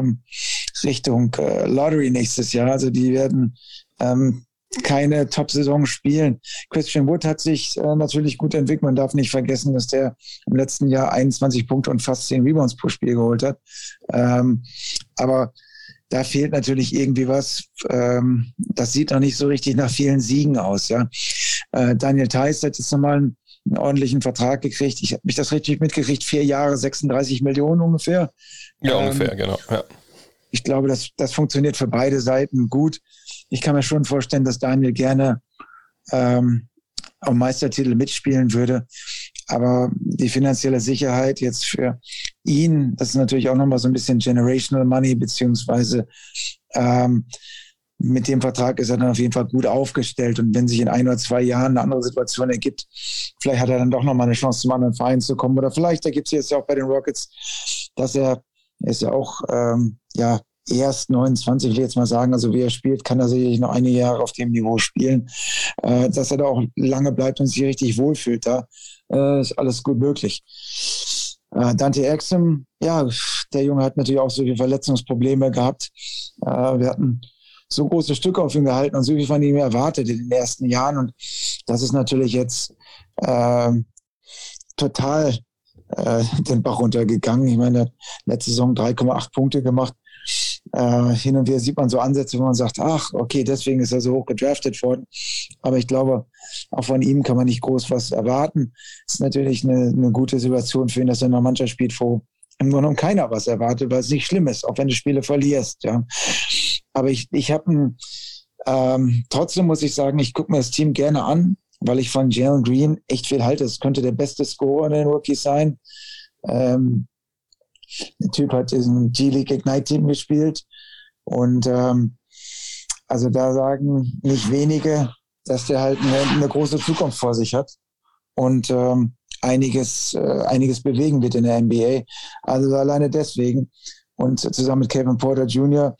Lottery nächstes Jahr. Also die werden keine Top-Saison spielen. Christian Wood hat sich natürlich gut entwickelt. Man darf nicht vergessen, dass der im letzten Jahr 21 Punkte und fast 10 Rebounds pro Spiel geholt hat. Aber da fehlt natürlich irgendwie was. Das sieht noch nicht so richtig nach vielen Siegen aus. Ja. Daniel Theis hat jetzt nochmal einen ordentlichen Vertrag gekriegt. Ich habe mich das richtig mitgekriegt. 4 Jahre, 36 Millionen ungefähr. Ja, ungefähr, genau. Ja. Ich glaube, das funktioniert für beide Seiten gut. Ich kann mir schon vorstellen, dass Daniel gerne am Meistertitel mitspielen würde. Aber die finanzielle Sicherheit jetzt für ihn, das ist natürlich auch nochmal so ein bisschen Generational Money, beziehungsweise mit dem Vertrag ist er dann auf jeden Fall gut aufgestellt. Und wenn sich in 1 oder 2 Jahren eine andere Situation ergibt, vielleicht hat er dann doch nochmal eine Chance, zum anderen Verein zu kommen. Oder vielleicht ergibt es jetzt ja auch bei den Rockets, dass er ist ja auch erst 29, will ich jetzt mal sagen, also wie er spielt, kann er sicherlich noch einige Jahre auf dem Niveau spielen, dass er da auch lange bleibt und sich richtig wohlfühlt. Da ist alles gut möglich. Dante Exum, ja, der Junge hat natürlich auch so viele Verletzungsprobleme gehabt. Wir hatten so große Stücke auf ihn gehalten und so viel von ihm erwartet in den ersten Jahren. Und das ist natürlich jetzt total den Bach runtergegangen. Ich meine, er hat letzte Saison 3,8 Punkte gemacht. Hin und wieder sieht man so Ansätze, wo man sagt, ach, okay, deswegen ist er so hoch gedraftet worden. Aber ich glaube, auch von ihm kann man nicht groß was erwarten. Es ist natürlich eine gute Situation für ihn, dass er in einer Mannschaft spielt, wo im Grunde genommen keiner was erwartet, weil es nicht schlimm ist, auch wenn du Spiele verlierst. Ja. Aber ich habe trotzdem muss ich sagen, ich gucke mir das Team gerne an, weil ich von Jalen Green echt viel halte. Es könnte der beste Scorer in den Rookies sein. Der Typ hat im G-League Ignite-Team gespielt und also da sagen nicht wenige, dass der halt eine große Zukunft vor sich hat und einiges bewegen wird in der NBA. Also alleine deswegen und zusammen mit Kevin Porter Jr.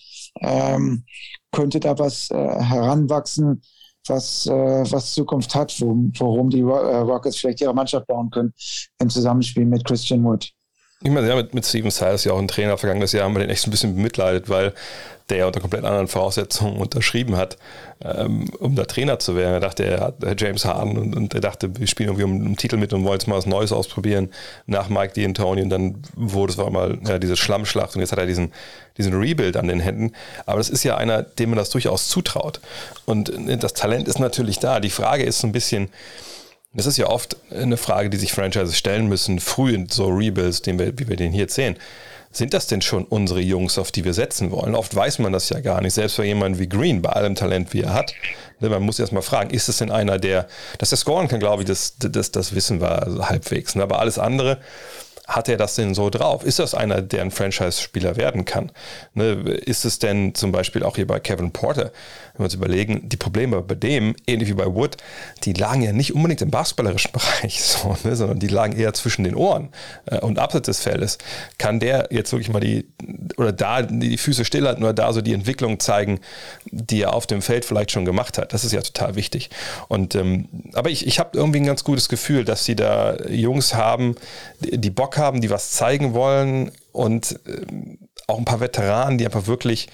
Könnte da was heranwachsen, was Zukunft hat, worum die Rockets vielleicht ihre Mannschaft bauen können im Zusammenspiel mit Christian Wood. Ich meine, ja, mit Stephen Silas ja auch ein Trainer vergangenes Jahr, haben wir den echt so ein bisschen bemitleidet, weil der ja unter komplett anderen Voraussetzungen unterschrieben hat, um da Trainer zu werden. Er dachte, er hat James Harden und er dachte, wir spielen irgendwie um einen Titel mit und wollen jetzt mal was Neues ausprobieren nach Mike D'Antoni und dann wurde es mal diese Schlammschlacht und jetzt hat er diesen Rebuild an den Händen. Aber das ist ja einer, dem man das durchaus zutraut. Und das Talent ist natürlich da. Die Frage ist so ein bisschen, das ist ja oft eine Frage, die sich Franchises stellen müssen, früh in so Rebuilds, wie wir den hier jetzt sehen. Sind das denn schon unsere Jungs, auf die wir setzen wollen? Oft weiß man das ja gar nicht. Selbst bei jemandem wie Green, bei allem Talent, wie er hat. Man muss erst mal fragen, ist es denn einer, dass er scoren kann, glaube ich, das wissen wir also halbwegs. Aber alles andere, hat er das denn so drauf? Ist das einer, der ein Franchise-Spieler werden kann? Ist es denn zum Beispiel auch hier bei Kevin Porter, wenn wir uns überlegen, die Probleme bei dem, ähnlich wie bei Wood, die lagen ja nicht unbedingt im basketballerischen Bereich, sondern die lagen eher zwischen den Ohren und abseits des Feldes. Kann der jetzt wirklich mal die Füße stillhalten oder da so die Entwicklung zeigen, die er auf dem Feld vielleicht schon gemacht hat? Das ist ja total wichtig. Und aber ich habe irgendwie ein ganz gutes Gefühl, dass sie da Jungs haben, die Bock haben, die was zeigen wollen und auch ein paar Veteranen, die einfach wirklich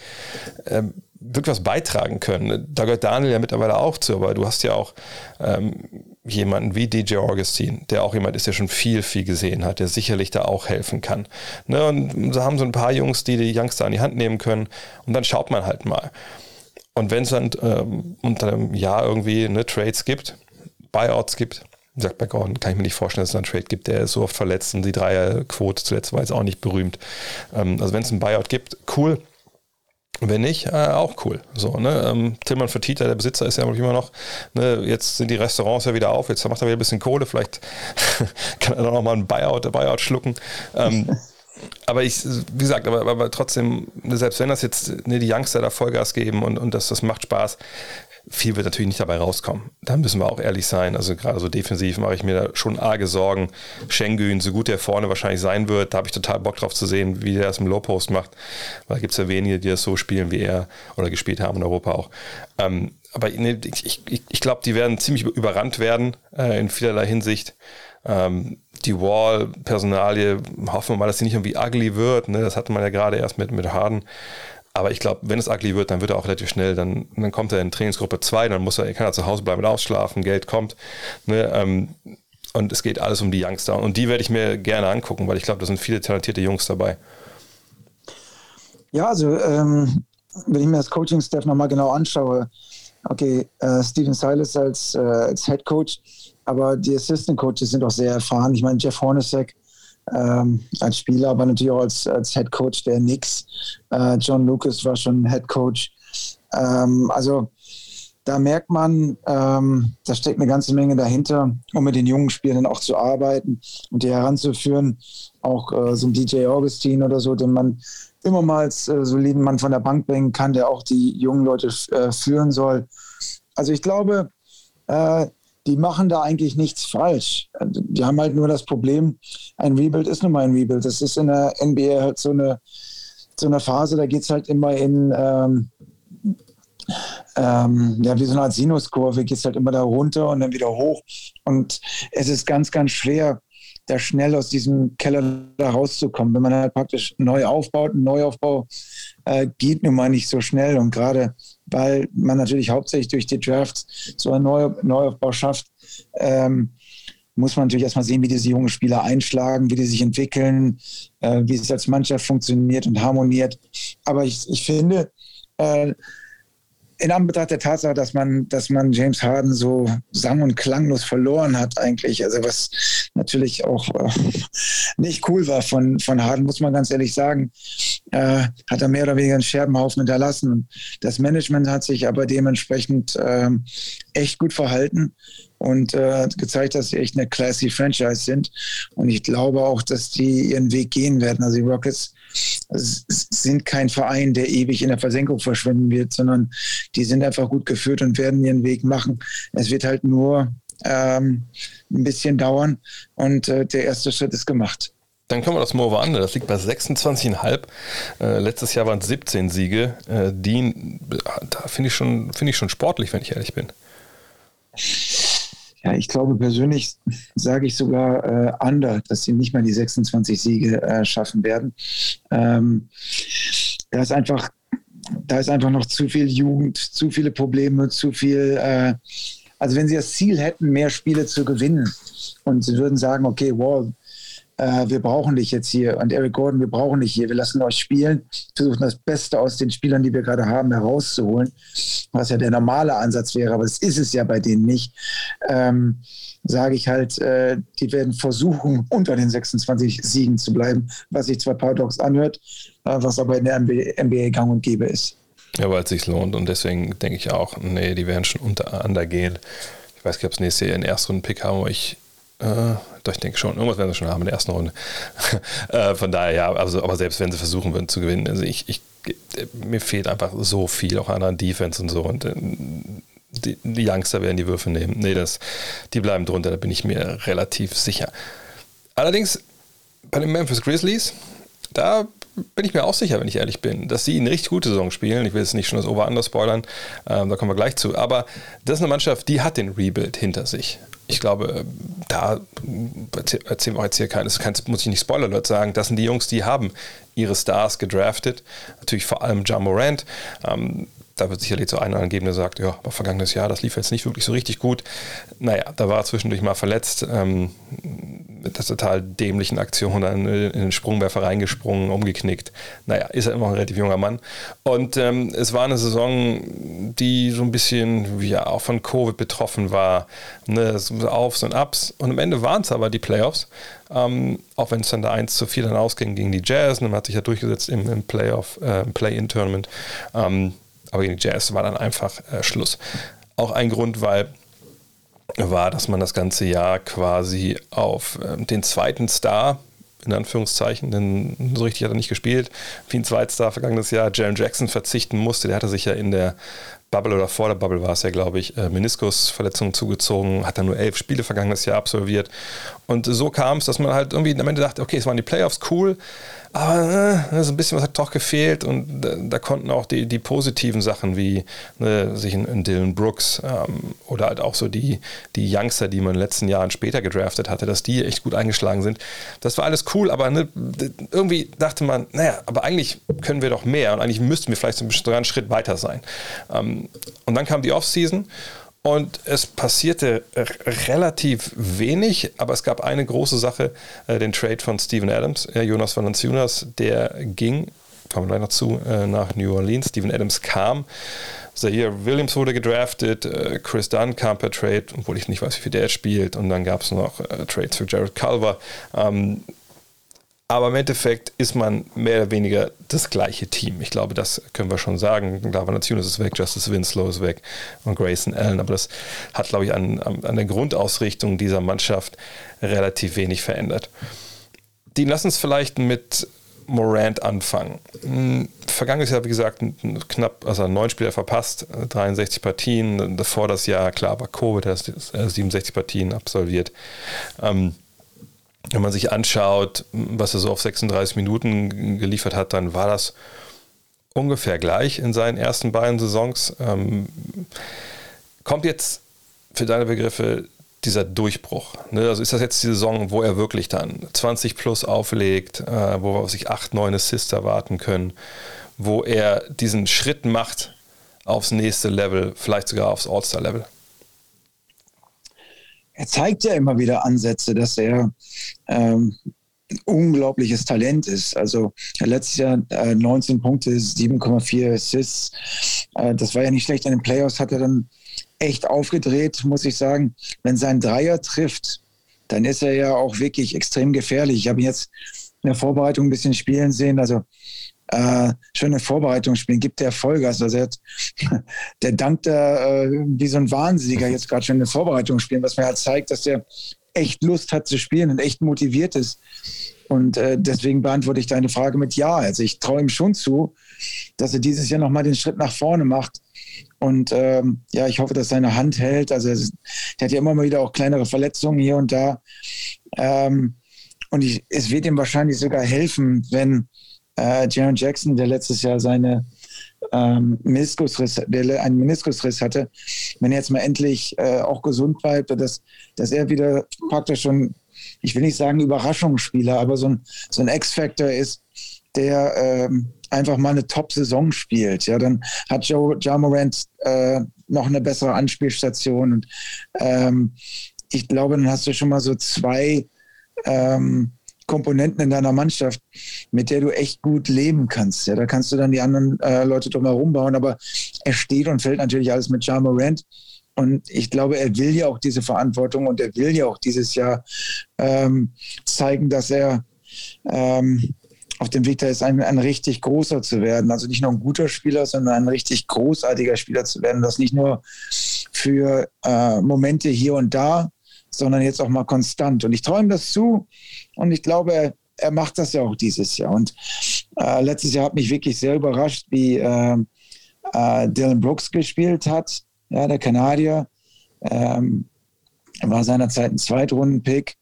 was beitragen können. Da gehört Daniel ja mittlerweile auch zu, aber du hast ja auch jemanden wie DJ Augustin, der auch jemand ist, der schon viel, viel gesehen hat, der sicherlich da auch helfen kann. Und so haben so ein paar Jungs, die Youngster an die Hand nehmen können und dann schaut man halt mal. Und wenn es dann unter einem Jahr irgendwie Trades gibt, Buyouts gibt, wie gesagt, bei Gordon kann ich mir nicht vorstellen, dass es einen Trade gibt, der ist so oft verletzt und die Dreierquote zuletzt war jetzt auch nicht berühmt. Also wenn es einen Buyout gibt, cool. Wenn nicht, auch cool. So, Tillmann Fertitta, der Besitzer, ist ja immer noch, jetzt sind die Restaurants ja wieder auf, jetzt macht er wieder ein bisschen Kohle, vielleicht kann er dann noch mal einen Buyout schlucken. Aber wie gesagt, aber trotzdem, selbst wenn das jetzt die Youngster da Vollgas geben und das macht Spaß, viel wird natürlich nicht dabei rauskommen. Da müssen wir auch ehrlich sein. Also gerade so defensiv mache ich mir da schon arge Sorgen. Şengün, so gut der vorne wahrscheinlich sein wird, da habe ich total Bock drauf zu sehen, wie der das im Low-Post macht. Weil da gibt es ja wenige, die das so spielen wie er oder gespielt haben in Europa auch. Aber ich glaube, die werden ziemlich überrannt werden in vielerlei Hinsicht. Die Wall-Personalie, hoffen wir mal, dass sie nicht irgendwie ugly wird. Das hatte man ja gerade erst mit Harden. Aber ich glaube, wenn es ugly wird, dann wird er auch relativ schnell, dann kommt er in Trainingsgruppe 2, dann kann er zu Hause bleiben und ausschlafen, Geld kommt. Und es geht alles um die Youngster. Und die werde ich mir gerne angucken, weil ich glaube, da sind viele talentierte Jungs dabei. Ja, also wenn ich mir das Coaching-Staff nochmal genau anschaue, okay, Stephen Silas als Head Coach, aber die Assistant Coaches sind auch sehr erfahren. Ich meine, Jeff Hornacek als Spieler, aber natürlich auch als Head Coach der Knicks. John Lucas war schon Head Coach. Also da merkt man, da steckt eine ganze Menge dahinter, um mit den jungen Spielern auch zu arbeiten und die heranzuführen. Auch so ein DJ Augustin oder so, den man immer mal als soliden Mann von der Bank bringen kann, der auch die jungen Leute führen soll. Also ich glaube, die machen da eigentlich nichts falsch. Die haben halt nur das Problem, ein Rebuild ist nun mal ein Rebuild. Das ist in der NBA halt so eine Phase, da geht es halt immer in wie so eine Art Sinuskurve, geht es halt immer da runter und dann wieder hoch. Und es ist ganz, ganz schwer, da schnell aus diesem Keller da rauszukommen. Wenn man halt praktisch neu aufbaut, ein Neuaufbau geht nun mal nicht so schnell. Und gerade weil man natürlich hauptsächlich durch die Drafts so einen Neuaufbau schafft, muss man natürlich erstmal sehen, wie diese jungen Spieler einschlagen, wie die sich entwickeln, wie es als Mannschaft funktioniert und harmoniert. Aber ich finde, in Anbetracht der Tatsache, dass man James Harden so sang- und klanglos verloren hat eigentlich, also was natürlich auch nicht cool war von Harden, muss man ganz ehrlich sagen, hat er mehr oder weniger einen Scherbenhaufen hinterlassen. Und das Management hat sich aber dementsprechend echt gut verhalten und gezeigt, dass sie echt eine classy Franchise sind. Und ich glaube auch, dass die ihren Weg gehen werden. Also die Rockets sind kein Verein, der ewig in der Versenkung verschwinden wird, sondern die sind einfach gut geführt und werden ihren Weg machen. Es wird halt nur ein bisschen dauern und der erste Schritt ist gemacht. Dann kommen wir das Over Under. Das liegt bei 26,5. Letztes Jahr waren es 17 Siege. Da finde ich schon sportlich, wenn ich ehrlich bin. Ja, ich glaube persönlich, sage ich sogar Under, dass sie nicht mal die 26 Siege schaffen werden. Da ist einfach noch zu viel Jugend, zu viele Probleme, zu viel. Also wenn sie das Ziel hätten, mehr Spiele zu gewinnen und sie würden sagen, okay, Wall, wir brauchen dich jetzt hier und Eric Gordon, wir brauchen dich hier, wir lassen euch spielen, versuchen das Beste aus den Spielern, die wir gerade haben, herauszuholen, was ja der normale Ansatz wäre, aber das ist es ja bei denen nicht, sage ich halt, die werden versuchen, unter den 26 Siegen zu bleiben, was sich zwar paradox anhört, was aber in der NBA gang und gäbe ist. Ja, weil es sich lohnt und deswegen denke ich auch, nee, die werden schon under gehen. Ich weiß nicht, ob es nächstes Jahr einen Erstrunden-Pick haben, aber ich denke schon, irgendwas werden sie schon haben in der ersten Runde. Von daher, ja, aber selbst wenn sie versuchen würden zu gewinnen, also mir fehlt einfach so viel, auch an Defense und so. Und die Youngster werden die Würfe nehmen. Nee, die bleiben drunter, da bin ich mir relativ sicher. Allerdings bei den Memphis Grizzlies, da bin ich mir auch sicher, wenn ich ehrlich bin, dass sie eine richtig gute Saison spielen. Ich will jetzt nicht schon das Over-Under spoilern, da kommen wir gleich zu. Aber das ist eine Mannschaft, die hat den Rebuild hinter sich. Ich glaube, da erzählen wir jetzt hier muss ich nicht Spoiler-Alert sagen, das sind die Jungs, die haben ihre Stars gedraftet. Natürlich vor allem Ja Morant. Da wird sicherlich so einer angeben, der sagt, ja, aber vergangenes Jahr, das lief jetzt nicht wirklich so richtig gut. Naja, da war er zwischendurch mal verletzt, mit der total dämlichen Aktion dann in den Sprungwerfer reingesprungen, umgeknickt. Naja, ist er immer noch ein relativ junger Mann. Und es war eine Saison, die so ein bisschen ja, auch von Covid betroffen war. Ne, so Aufs und Ups. Und am Ende waren es aber die Playoffs. Auch wenn es dann da 1-4 dann ausging gegen die Jazz. Und man hat sich ja durchgesetzt im Play-In-Tournament. Aber gegen die Jazz war dann einfach Schluss. Auch ein Grund, dass man das ganze Jahr quasi auf den zweiten Star, in Anführungszeichen, denn so richtig hat er nicht gespielt, wie ein Zweitstar vergangenes Jahr, Jaren Jackson verzichten musste. Der hatte sich ja in der Bubble oder vor der Bubble war es ja, glaube ich, Meniskusverletzungen zugezogen, hat dann nur 11 Spiele vergangenes Jahr absolviert. Und so kam es, dass man halt irgendwie am Ende dachte, okay, es waren die Playoffs, cool, aber so ein bisschen was hat doch gefehlt und da konnten auch die positiven Sachen wie sich in Dylan Brooks oder halt auch so die Youngster, die man in den letzten Jahren später gedraftet hatte, dass die echt gut eingeschlagen sind. Das war alles cool, aber irgendwie dachte man, naja, aber eigentlich können wir doch mehr und eigentlich müssten wir vielleicht sogar einen Schritt weiter sein. Und dann kam die Offseason und es passierte relativ wenig, aber es gab eine große Sache, den Trade von Steven Adams, Jonas Valanciunas, der ging, kommen wir gleich noch zu, nach New Orleans. Steven Adams kam, Zaire Williams wurde gedraftet, Chris Dunn kam per Trade, obwohl ich nicht weiß, wie viel der spielt, und dann gab es noch Trades für Jared Culver. Aber im Endeffekt ist man mehr oder weniger das gleiche Team. Ich glaube, das können wir schon sagen. Valanciunas ist weg, Justice Winslow ist weg und Grayson Allen. Aber das hat, glaube ich, an der Grundausrichtung dieser Mannschaft relativ wenig verändert. Die lassen uns vielleicht mit Morant anfangen. Vergangenes Jahr, wie gesagt, knapp, 9 Spieler verpasst, 63 Partien. Davor das Jahr, klar, war Covid, er hat 67 Partien absolviert. Wenn man sich anschaut, was er so auf 36 Minuten geliefert hat, dann war das ungefähr gleich in seinen ersten beiden Saisons. Kommt jetzt für deine Begriffe dieser Durchbruch? Ne? Also ist das jetzt die Saison, wo er wirklich dann 20 plus auflegt, wo wir sich 8, 9 Assists erwarten können, wo er diesen Schritt macht aufs nächste Level, vielleicht sogar aufs All-Star-Level? Er zeigt ja immer wieder Ansätze, dass er unglaubliches Talent ist. Also letztes Jahr 19 Punkte, 7,4 Assists. Das war ja nicht schlecht. In den Playoffs hat er dann echt aufgedreht, muss ich sagen. Wenn sein Dreier trifft, dann ist er ja auch wirklich extrem gefährlich. Ich habe ihn jetzt in der Vorbereitung ein bisschen spielen sehen. Also schöne Vorbereitung spielen, gibt der Vollgas. Also der dankt da wie so ein Wahnsinniger jetzt gerade schon eine Vorbereitung spielen, was mir halt zeigt, dass der echt Lust hat zu spielen und echt motiviert ist. Und deswegen beantworte ich deine Frage mit Ja. Also ich traue ihm schon zu, dass er dieses Jahr nochmal den Schritt nach vorne macht. Und ich hoffe, dass seine Hand hält. Also der hat ja immer mal wieder auch kleinere Verletzungen hier und da. Und es wird ihm wahrscheinlich sogar helfen, wenn Jaren Jackson, der letztes Jahr einen Meniskusriss hatte, wenn er jetzt mal endlich auch gesund bleibt, dass er wieder praktisch schon, ich will nicht sagen Überraschungsspieler, aber so ein X-Factor ist, der einfach mal eine Top-Saison spielt. Ja, dann hat Ja Morant noch eine bessere Anspielstation und ich glaube, dann hast du schon mal so 2 Komponenten in deiner Mannschaft, mit der du echt gut leben kannst. Ja, da kannst du dann die anderen Leute drumherum bauen, aber er steht und fällt natürlich alles mit Ja Morant. Und ich glaube, er will ja auch diese Verantwortung und er will ja auch dieses Jahr zeigen, dass er auf dem Weg da ist, ein richtig großer zu werden. Also nicht nur ein guter Spieler, sondern ein richtig großartiger Spieler zu werden. Das nicht nur für Momente hier und da, sondern jetzt auch mal konstant. Und ich traue ihm das zu und ich glaube, er macht das ja auch dieses Jahr. Und letztes Jahr hat mich wirklich sehr überrascht, wie Dillon Brooks gespielt hat, ja, der Kanadier. Er war seinerzeit ein Zweitrunden-Pick.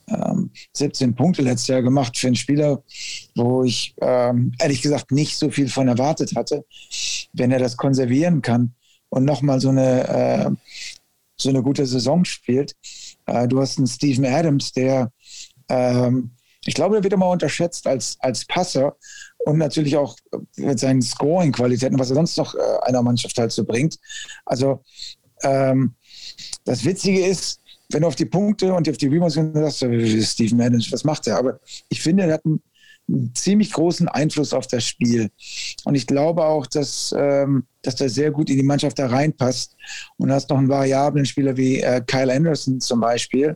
17 Punkte letztes Jahr gemacht für einen Spieler, wo ich ehrlich gesagt nicht so viel von erwartet hatte. Wenn er das konservieren kann und nochmal so eine gute Saison spielt. Du hast einen Steven Adams, der ich glaube, er wird immer unterschätzt als Passer und natürlich auch mit seinen Scoring-Qualitäten, was er sonst noch einer Mannschaft halt so bringt. Also das Witzige ist, wenn du auf die Punkte und auf die Rebounds sagst, Steven Adams, was macht er? Aber ich finde, er hat einen ziemlich großen Einfluss auf das Spiel. Und ich glaube auch, dass er sehr gut in die Mannschaft da reinpasst. Und du hast noch einen variablen Spieler wie Kyle Anderson zum Beispiel,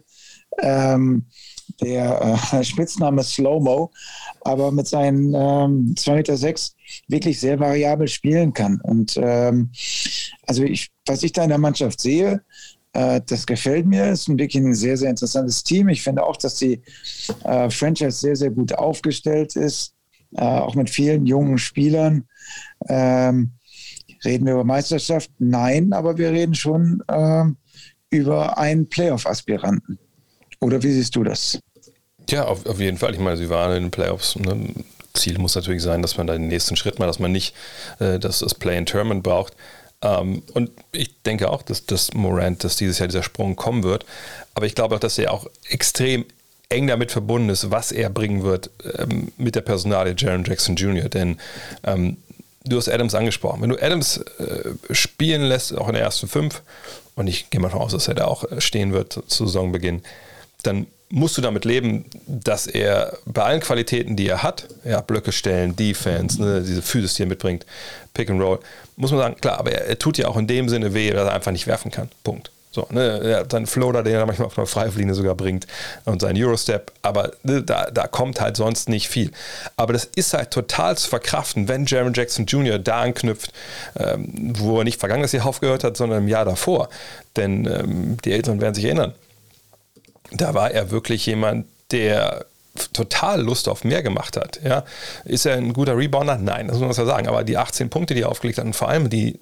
der Spitzname Slow-Mo, aber mit seinen 2,6 Meter wirklich sehr variabel spielen kann. Und also was ich da in der Mannschaft sehe, das gefällt mir. Es ist wirklich ein sehr, sehr interessantes Team. Ich finde auch, dass die Franchise sehr, sehr gut aufgestellt ist, auch mit vielen jungen Spielern. Reden wir über Meisterschaft? Nein, aber wir reden schon über einen Playoff-Aspiranten. Oder wie siehst du das? Ja, auf jeden Fall. Ich meine, sie waren in den Playoffs. Ne? Ziel muss natürlich sein, dass man da den nächsten Schritt macht, dass man nicht das Play-in-Tournament braucht. Und ich denke auch, dass Morant, dass dieses Jahr dieser Sprung kommen wird. Aber ich glaube auch, dass er auch extrem eng damit verbunden ist, was er bringen wird mit der Personalie Jaren Jackson Jr. Denn du hast Adams angesprochen. Wenn du Adams spielen lässt, auch in der ersten 5, und ich gehe mal davon aus, dass er da auch stehen wird zu Saisonbeginn, dann musst du damit leben, dass er bei allen Qualitäten, die er hat, ja, Blöcke stellen, Defense, ne, diese Physis, die er mitbringt, Pick and Roll, muss man sagen, klar, aber er tut ja auch in dem Sinne weh, dass er einfach nicht werfen kann. Punkt. So, ne, er hat seinen Floater, den er manchmal auf einer Freiwurflinie sogar bringt und seinen Eurostep, aber ne, da kommt halt sonst nicht viel. Aber das ist halt total zu verkraften, wenn Jaren Jackson Jr. da anknüpft, wo er nicht vergangenes Jahr aufgehört hat, sondern im Jahr davor. Denn die Älteren werden sich erinnern, da war er wirklich jemand, der total Lust auf mehr gemacht hat. Ja. Ist er ein guter Rebounder? Nein, das muss man ja sagen. Aber die 18 Punkte, die er aufgelegt hat und vor allem die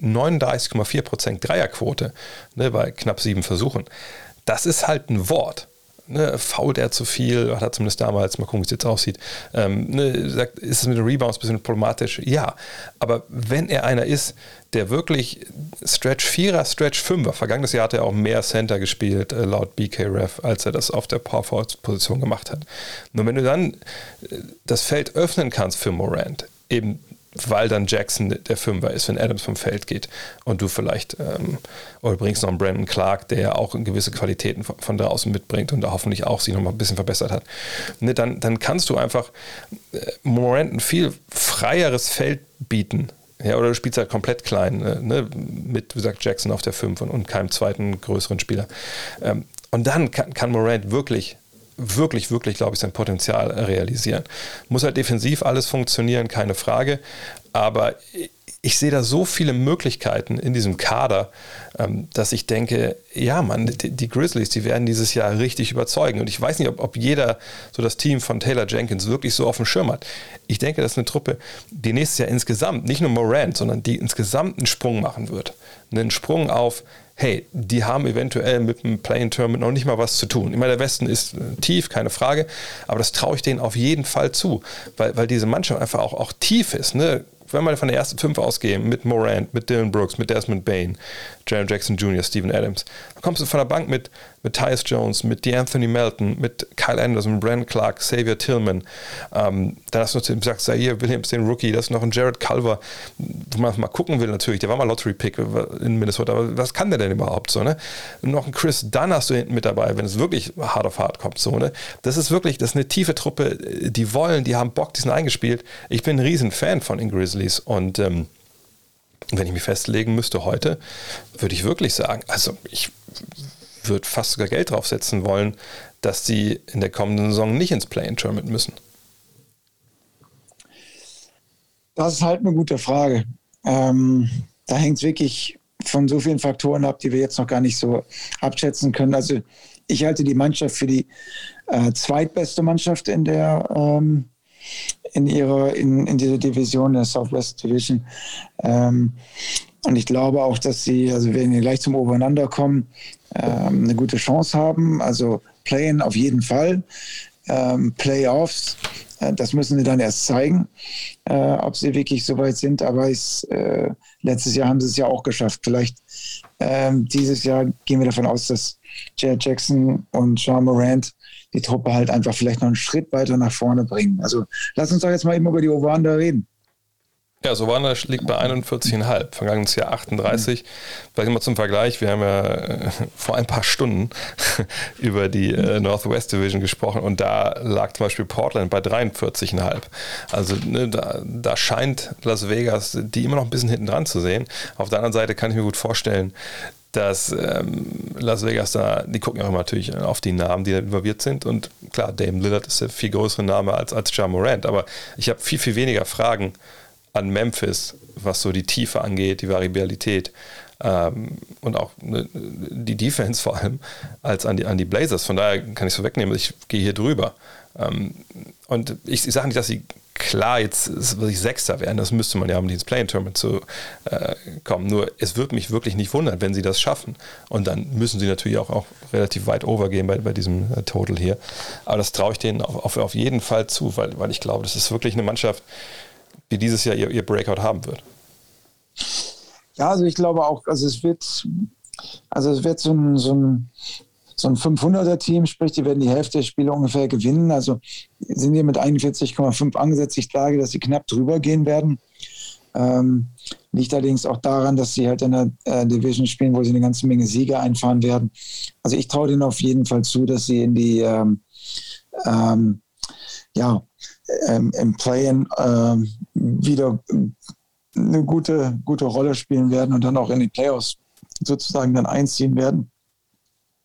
39,4% Dreierquote, ne, bei knapp 7 Versuchen, das ist halt ein Wort. Ne, fault er zu viel, hat er zumindest damals, mal gucken, wie es jetzt aussieht. Sagt, ist es mit den Rebounds ein bisschen problematisch? Ja, aber wenn er einer ist, der wirklich Stretch 4er, Stretch 5er, vergangenes Jahr hat er auch mehr Center gespielt, laut BKRef, als er das auf der Power-Forward-Position gemacht hat. Nur wenn du dann das Feld öffnen kannst für Morant, eben weil dann Jackson der Fünfer ist, wenn Adams vom Feld geht und du vielleicht oder bringst noch einen Brandon Clark, der ja auch gewisse Qualitäten von draußen mitbringt und da hoffentlich auch sich noch mal ein bisschen verbessert hat, ne, dann kannst du einfach Morant ein viel freieres Feld bieten. Ja, oder du spielst halt komplett klein, ne, mit, wie gesagt, Jackson auf der 5 und keinem zweiten größeren Spieler. Und dann kann Morant wirklich, glaube ich, sein Potenzial realisieren. Muss halt defensiv alles funktionieren, keine Frage. Aber ich sehe da so viele Möglichkeiten in diesem Kader, dass ich denke, ja, Mann, die Grizzlies, die werden dieses Jahr richtig überzeugen. Und ich weiß nicht, ob jeder so das Team von Taylor Jenkins wirklich so auf dem Schirm hat. Ich denke, das ist eine Truppe, die nächstes Jahr insgesamt, nicht nur Morant, sondern die insgesamt einen Sprung machen wird. Einen Sprung auf, hey, die haben eventuell mit dem Play-in-Tournament noch nicht mal was zu tun. Ich meine, der Westen ist tief, keine Frage, aber das traue ich denen auf jeden Fall zu, weil diese Mannschaft einfach auch tief ist, ne? Wenn wir von der ersten 5 ausgehen, mit Morant, mit Dylan Brooks, mit Desmond Bane, Jaren Jackson Jr., Steven Adams, dann kommst du von der Bank mit Tyus Jones, mit DeAnthony Melton, mit Kyle Anderson, Brandon Clark, Xavier Tillman, dann hast du noch, wie gesagt, Zaire Williams, den Rookie, das ist noch ein Jared Culver, wo man mal gucken will natürlich, der war mal Lottery-Pick in Minnesota, aber was kann der denn überhaupt so, ne? Noch ein Chris Dunn hast du hinten mit dabei, wenn es wirklich hart auf hart kommt, so, ne? Das ist eine tiefe Truppe, die haben Bock, die sind eingespielt. Ich bin ein riesen Fan von den Grizzlies und wenn ich mich festlegen müsste heute, würde ich wirklich sagen, also ich würde fast sogar Geld draufsetzen wollen, dass sie in der kommenden Saison nicht ins Play-in-Tournament müssen. Das ist halt eine gute Frage. Da hängt es wirklich von so vielen Faktoren ab, die wir jetzt noch gar nicht so abschätzen können. Also ich halte die Mannschaft für die zweitbeste Mannschaft in der in dieser Division, der Southwest Division. Und ich glaube auch, dass sie, also wenn wir gleich zum Overeinander kommen, eine gute Chance haben. Also Play-in auf jeden Fall. Playoffs, das müssen sie dann erst zeigen, ob sie wirklich so weit sind. Aber letztes Jahr haben sie es ja auch geschafft. Vielleicht dieses Jahr gehen wir davon aus, dass Jared Jackson und Ja Morant die Truppe halt einfach vielleicht noch einen Schritt weiter nach vorne bringen. Also lass uns doch jetzt mal eben über die Over-Under reden. Ja, so Over-Under liegt bei 41,5, vergangenes Jahr 38. Vielleicht mal zum Vergleich, wir haben ja vor ein paar Stunden über die Northwest Division gesprochen und da lag zum Beispiel Portland bei 43,5. Also ne, da scheint Las Vegas die immer noch ein bisschen hinten dran zu sehen. Auf der anderen Seite kann ich mir gut vorstellen, dass Las Vegas die gucken auch immer natürlich auf die Namen, die da involviert sind. Und klar, Dame Lillard ist der viel größere Name als Ja Morant. Aber ich habe viel, viel weniger Fragen an Memphis, was so die Tiefe angeht, die Variabilität und auch die Defense vor allem, als an die Blazers. Von daher kann ich es so wegnehmen, ich gehe hier drüber. Und ich sage nicht, dass sie klar jetzt Sechster werden, das müsste man ja, um ins Play-in-Tournament zu kommen. Nur es würde mich wirklich nicht wundern, wenn sie das schaffen. Und dann müssen sie natürlich auch relativ weit overgehen bei diesem Total hier. Aber das traue ich denen auf jeden Fall zu, weil ich glaube, das ist wirklich eine Mannschaft, die dieses Jahr ihr Breakout haben wird. Ja, also ich glaube auch, es wird so ein 500er-Team, sprich, die werden die Hälfte der Spiele ungefähr gewinnen. Also sind hier mit 41,5 angesetzt. Ich sage, dass sie knapp drüber gehen werden. Liegt allerdings auch daran, dass sie halt in der Division spielen, wo sie eine ganze Menge Siege einfahren werden. Also ich traue denen auf jeden Fall zu, dass sie in die im Play-in wieder eine gute Rolle spielen werden und dann auch in die Playoffs sozusagen dann einziehen werden.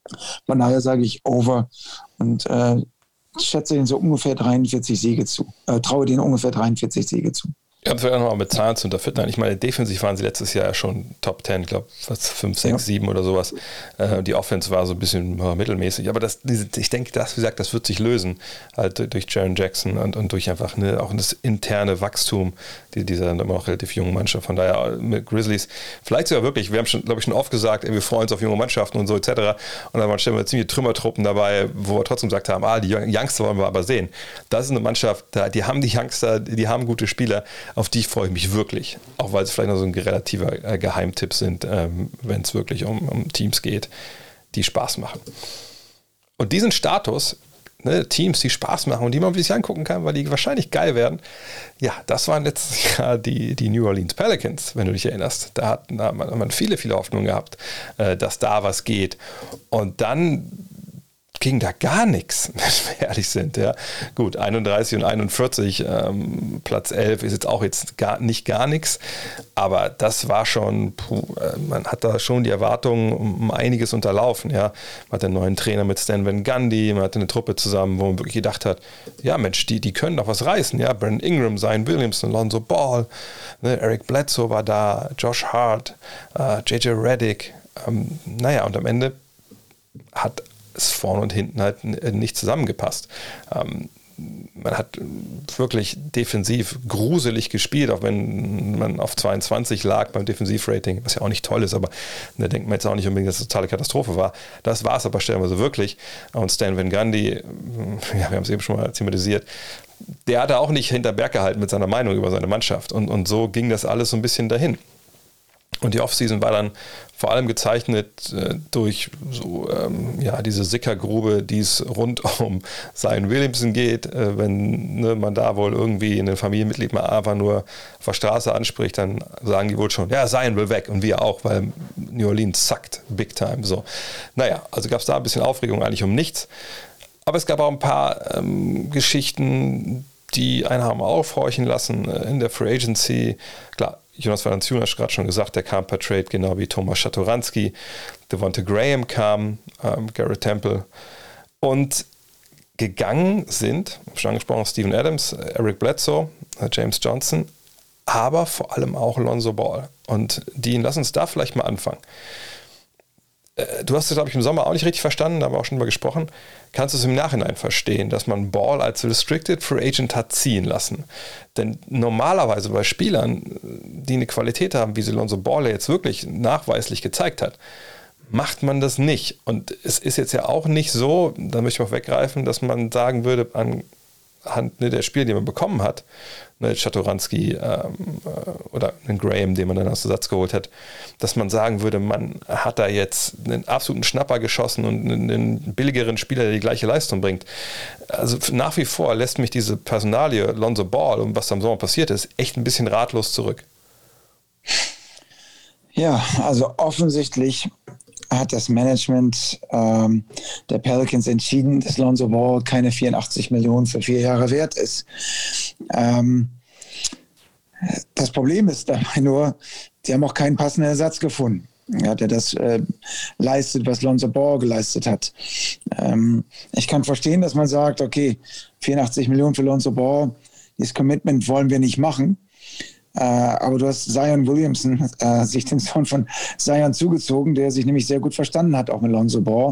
Von daher sage ich over und schätze ihnen so ungefähr 43 Siege zu. Traue denen ungefähr 43 Siege zu. Ja, das wäre nochmal mit Zahlen zu unterfüttern. Ich meine, defensiv waren sie letztes Jahr ja schon Top 10, ich glaube, 5, 6, 7 oder sowas. Die Offense war so ein bisschen mittelmäßig. Aber ich denke, wie gesagt, das wird sich lösen, halt durch Jaren Jackson und durch einfach auch das interne Wachstum dieser immer noch relativ jungen Mannschaft. Von daher mit Grizzlies, vielleicht sogar wirklich, wir haben schon, glaube ich, schon oft gesagt, wir freuen uns auf junge Mannschaften und so etc. Und dann stellen wir ziemlich Trümmertruppen dabei, wo wir trotzdem gesagt haben, die Youngster wollen wir aber sehen. Das ist eine Mannschaft, die haben die Youngster, die haben gute Spieler, auf die freue ich mich wirklich. Auch weil es vielleicht noch so ein relativer Geheimtipp sind, wenn es wirklich um Teams geht, die Spaß machen. Und diesen Status, Teams, die Spaß machen und die man sich angucken kann, weil die wahrscheinlich geil werden, ja, das waren letztes Jahr die New Orleans Pelicans, wenn du dich erinnerst. Da hat man viele, viele Hoffnungen gehabt, dass da was geht. Und dann ging da gar nichts, wenn wir ehrlich sind. Ja. Gut, 31 und 41, Platz 11 ist jetzt nicht gar nichts, aber das war schon, man hat da schon die Erwartungen um einiges unterlaufen. Ja. Man hat einen neuen Trainer mit Stan Van Gundy, man hatte eine Truppe zusammen, wo man wirklich gedacht hat, ja Mensch, die können doch was reißen. Ja. Brandon Ingram, Zion Williamson, Lonzo Ball, Eric Bledsoe war da, Josh Hart, JJ Redick. Und am Ende hat es vorne und hinten halt nicht zusammengepasst. Man hat wirklich defensiv gruselig gespielt, auch wenn man auf 22 lag beim Defensivrating, was ja auch nicht toll ist, aber da denkt man jetzt auch nicht unbedingt, dass es eine totale Katastrophe war. Das war es aber stellenweise wirklich. Und Stan Van Gundy, wir haben es eben schon mal thematisiert, der hatte auch nicht hinter Berg gehalten mit seiner Meinung über seine Mannschaft. Und so ging das alles so ein bisschen dahin. Und die Offseason war dann vor allem gezeichnet durch so, diese Sickergrube, die es rund um Zion Williamson geht. Wenn man da wohl irgendwie ein Familienmitglied mal einfach nur auf der Straße anspricht, dann sagen die wohl schon, ja, Zion will weg und wir auch, weil New Orleans suckt big time. So. Also gab es da ein bisschen Aufregung eigentlich um nichts. Aber es gab auch ein paar Geschichten, die einen haben aufhorchen lassen in der Free Agency. Klar, Jonas Valanciunas hat gerade schon gesagt, der kam per Trade, genau wie Thomas Satoransky. Devonta Graham kam, Garrett Temple. Und gegangen sind, schon angesprochen, Steven Adams, Eric Bledsoe, James Johnson, aber vor allem auch Lonzo Ball. Und lass uns da vielleicht mal anfangen. Du hast es, glaube ich, im Sommer auch nicht richtig verstanden, da haben wir auch schon drüber gesprochen. Kannst du es im Nachhinein verstehen, dass man Ball als Restricted Free Agent hat ziehen lassen? Denn normalerweise bei Spielern, die eine Qualität haben, wie sie Lonzo Ball jetzt wirklich nachweislich gezeigt hat, macht man das nicht. Und es ist jetzt ja auch nicht so, da möchte ich auch weggreifen, dass man sagen würde, anhand der Spiele, die man bekommen hat, Satoransky oder einen Graham, den man dann aus dem Satz geholt hat, dass man sagen würde, man hat da jetzt einen absoluten Schnapper geschossen und einen billigeren Spieler, der die gleiche Leistung bringt. Also nach wie vor lässt mich diese Personalie Lonzo Ball und was da im Sommer passiert ist, echt ein bisschen ratlos zurück. Ja, also offensichtlich hat das Management der Pelicans entschieden, dass Lonzo Ball keine 84 Millionen für 4 Jahre wert ist. Das Problem ist dabei nur, die haben auch keinen passenden Ersatz gefunden, der das leistet, was Lonzo Ball geleistet hat. Ich kann verstehen, dass man sagt, okay, 84 Millionen für Lonzo Ball, dieses Commitment wollen wir nicht machen. Aber du hast Zion Williamson, sich den Sohn von Zion zugezogen, der sich nämlich sehr gut verstanden hat, auch mit Lonzo Ball.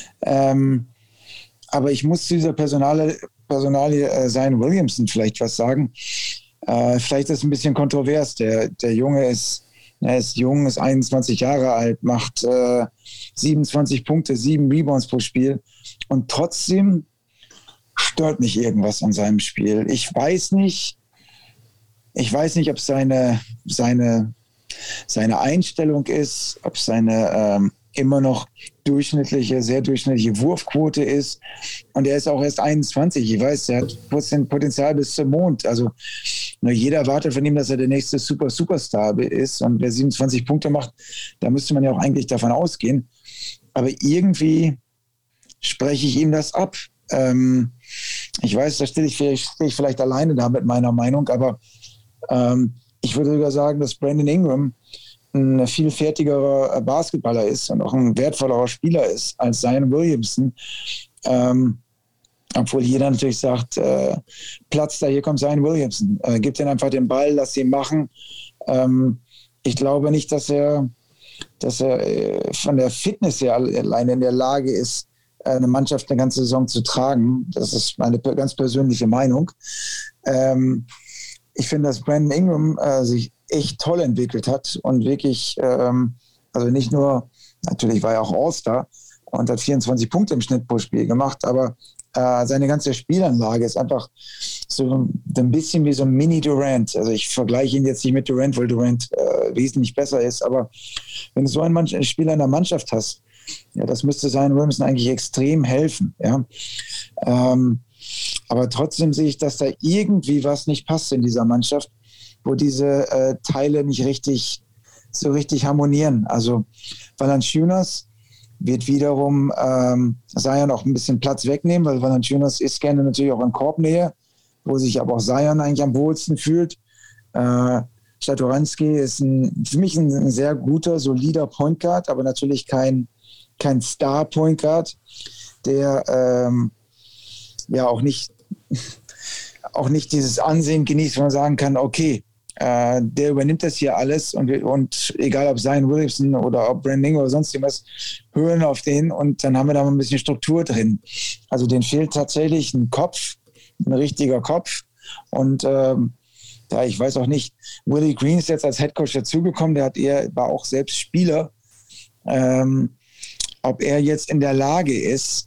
Aber ich muss zu dieser Personalie Zion Williamson vielleicht was sagen. Vielleicht ist es ein bisschen kontrovers. Der Junge ist jung, ist 21 Jahre alt, macht 27 Punkte, 7 Rebounds pro Spiel und trotzdem stört mich irgendwas an seinem Spiel. Ich weiß nicht, ob seine Einstellung ist, ob seine immer noch sehr durchschnittliche Wurfquote ist. Und er ist auch erst 21. Ich weiß, er hat Potenzial bis zum Mond. Also jeder erwartet von ihm, dass er der nächste Superstar ist. Und wer 27 Punkte macht, da müsste man ja auch eigentlich davon ausgehen. Aber irgendwie spreche ich ihm das ab. Ich weiß, da stehe ich vielleicht alleine da mit meiner Meinung, aber ich würde sogar sagen, dass Brandon Ingram ein vielfältigerer Basketballer ist und auch ein wertvollerer Spieler ist als Zion Williamson. Obwohl jeder natürlich sagt, Platz da, hier kommt Zion Williamson. Gib ihnen einfach den Ball, lass ihn machen. Ich glaube nicht, dass er von der Fitness her alleine in der Lage ist, eine Mannschaft eine ganze Saison zu tragen. Das ist meine ganz persönliche Meinung. Ich finde, dass Brandon Ingram sich echt toll entwickelt hat und wirklich, also nicht nur, natürlich war er auch All-Star und hat 24 Punkte im Schnitt pro Spiel gemacht, aber seine ganze Spielanlage ist einfach so ein bisschen wie so ein Mini-Durant. Also ich vergleiche ihn jetzt nicht mit Durant, weil Durant wesentlich besser ist, aber wenn du so einen Spieler in der Mannschaft hast, ja, das müsste Zion Williamson eigentlich extrem helfen. Ja. Aber trotzdem sehe ich, dass da irgendwie was nicht passt in dieser Mannschaft, wo Teile nicht so richtig harmonieren. Also Valanciunas wird wiederum Zion auch ein bisschen Platz wegnehmen, weil Valanciunas ist gerne natürlich auch in Korbnähe, wo sich aber auch Zion eigentlich am wohlsten fühlt. Satoranski ist für mich ein sehr guter, solider Point Guard, aber natürlich kein Star-Point Guard, der ja auch nicht dieses Ansehen genießt, wo man sagen kann, okay, der übernimmt das hier alles und egal ob Zion Williamson oder ob Brandon Ingram oder sonst irgendwas, hören auf den und dann haben wir da mal ein bisschen Struktur drin. Also denen fehlt tatsächlich ein richtiger Kopf und ich weiß auch nicht, Willie Green ist jetzt als Headcoach dazugekommen, war auch selbst Spieler, ob er jetzt in der Lage ist,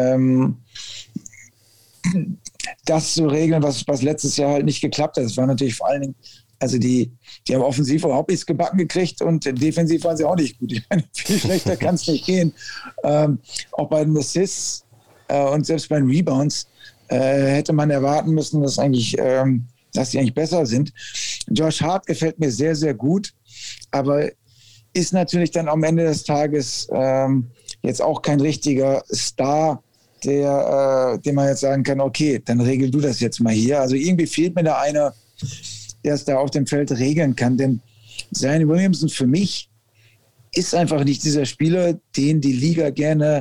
das zu regeln, was letztes Jahr halt nicht geklappt hat. Das war natürlich vor allen Dingen, also die haben offensiv überhaupt nichts gebacken gekriegt und defensiv waren sie auch nicht gut. Ich meine, viel schlechter kann es nicht gehen. Auch bei den Assists und selbst bei den Rebounds hätte man erwarten müssen, dass die eigentlich besser sind. Josh Hart gefällt mir sehr, sehr gut, aber ist natürlich dann am Ende des Tages jetzt auch kein richtiger Star, dem man jetzt sagen kann, okay, dann regel du das jetzt mal hier. Also irgendwie fehlt mir da einer, der es da auf dem Feld regeln kann, denn Zion Williamson für mich ist einfach nicht dieser Spieler, den die Liga gerne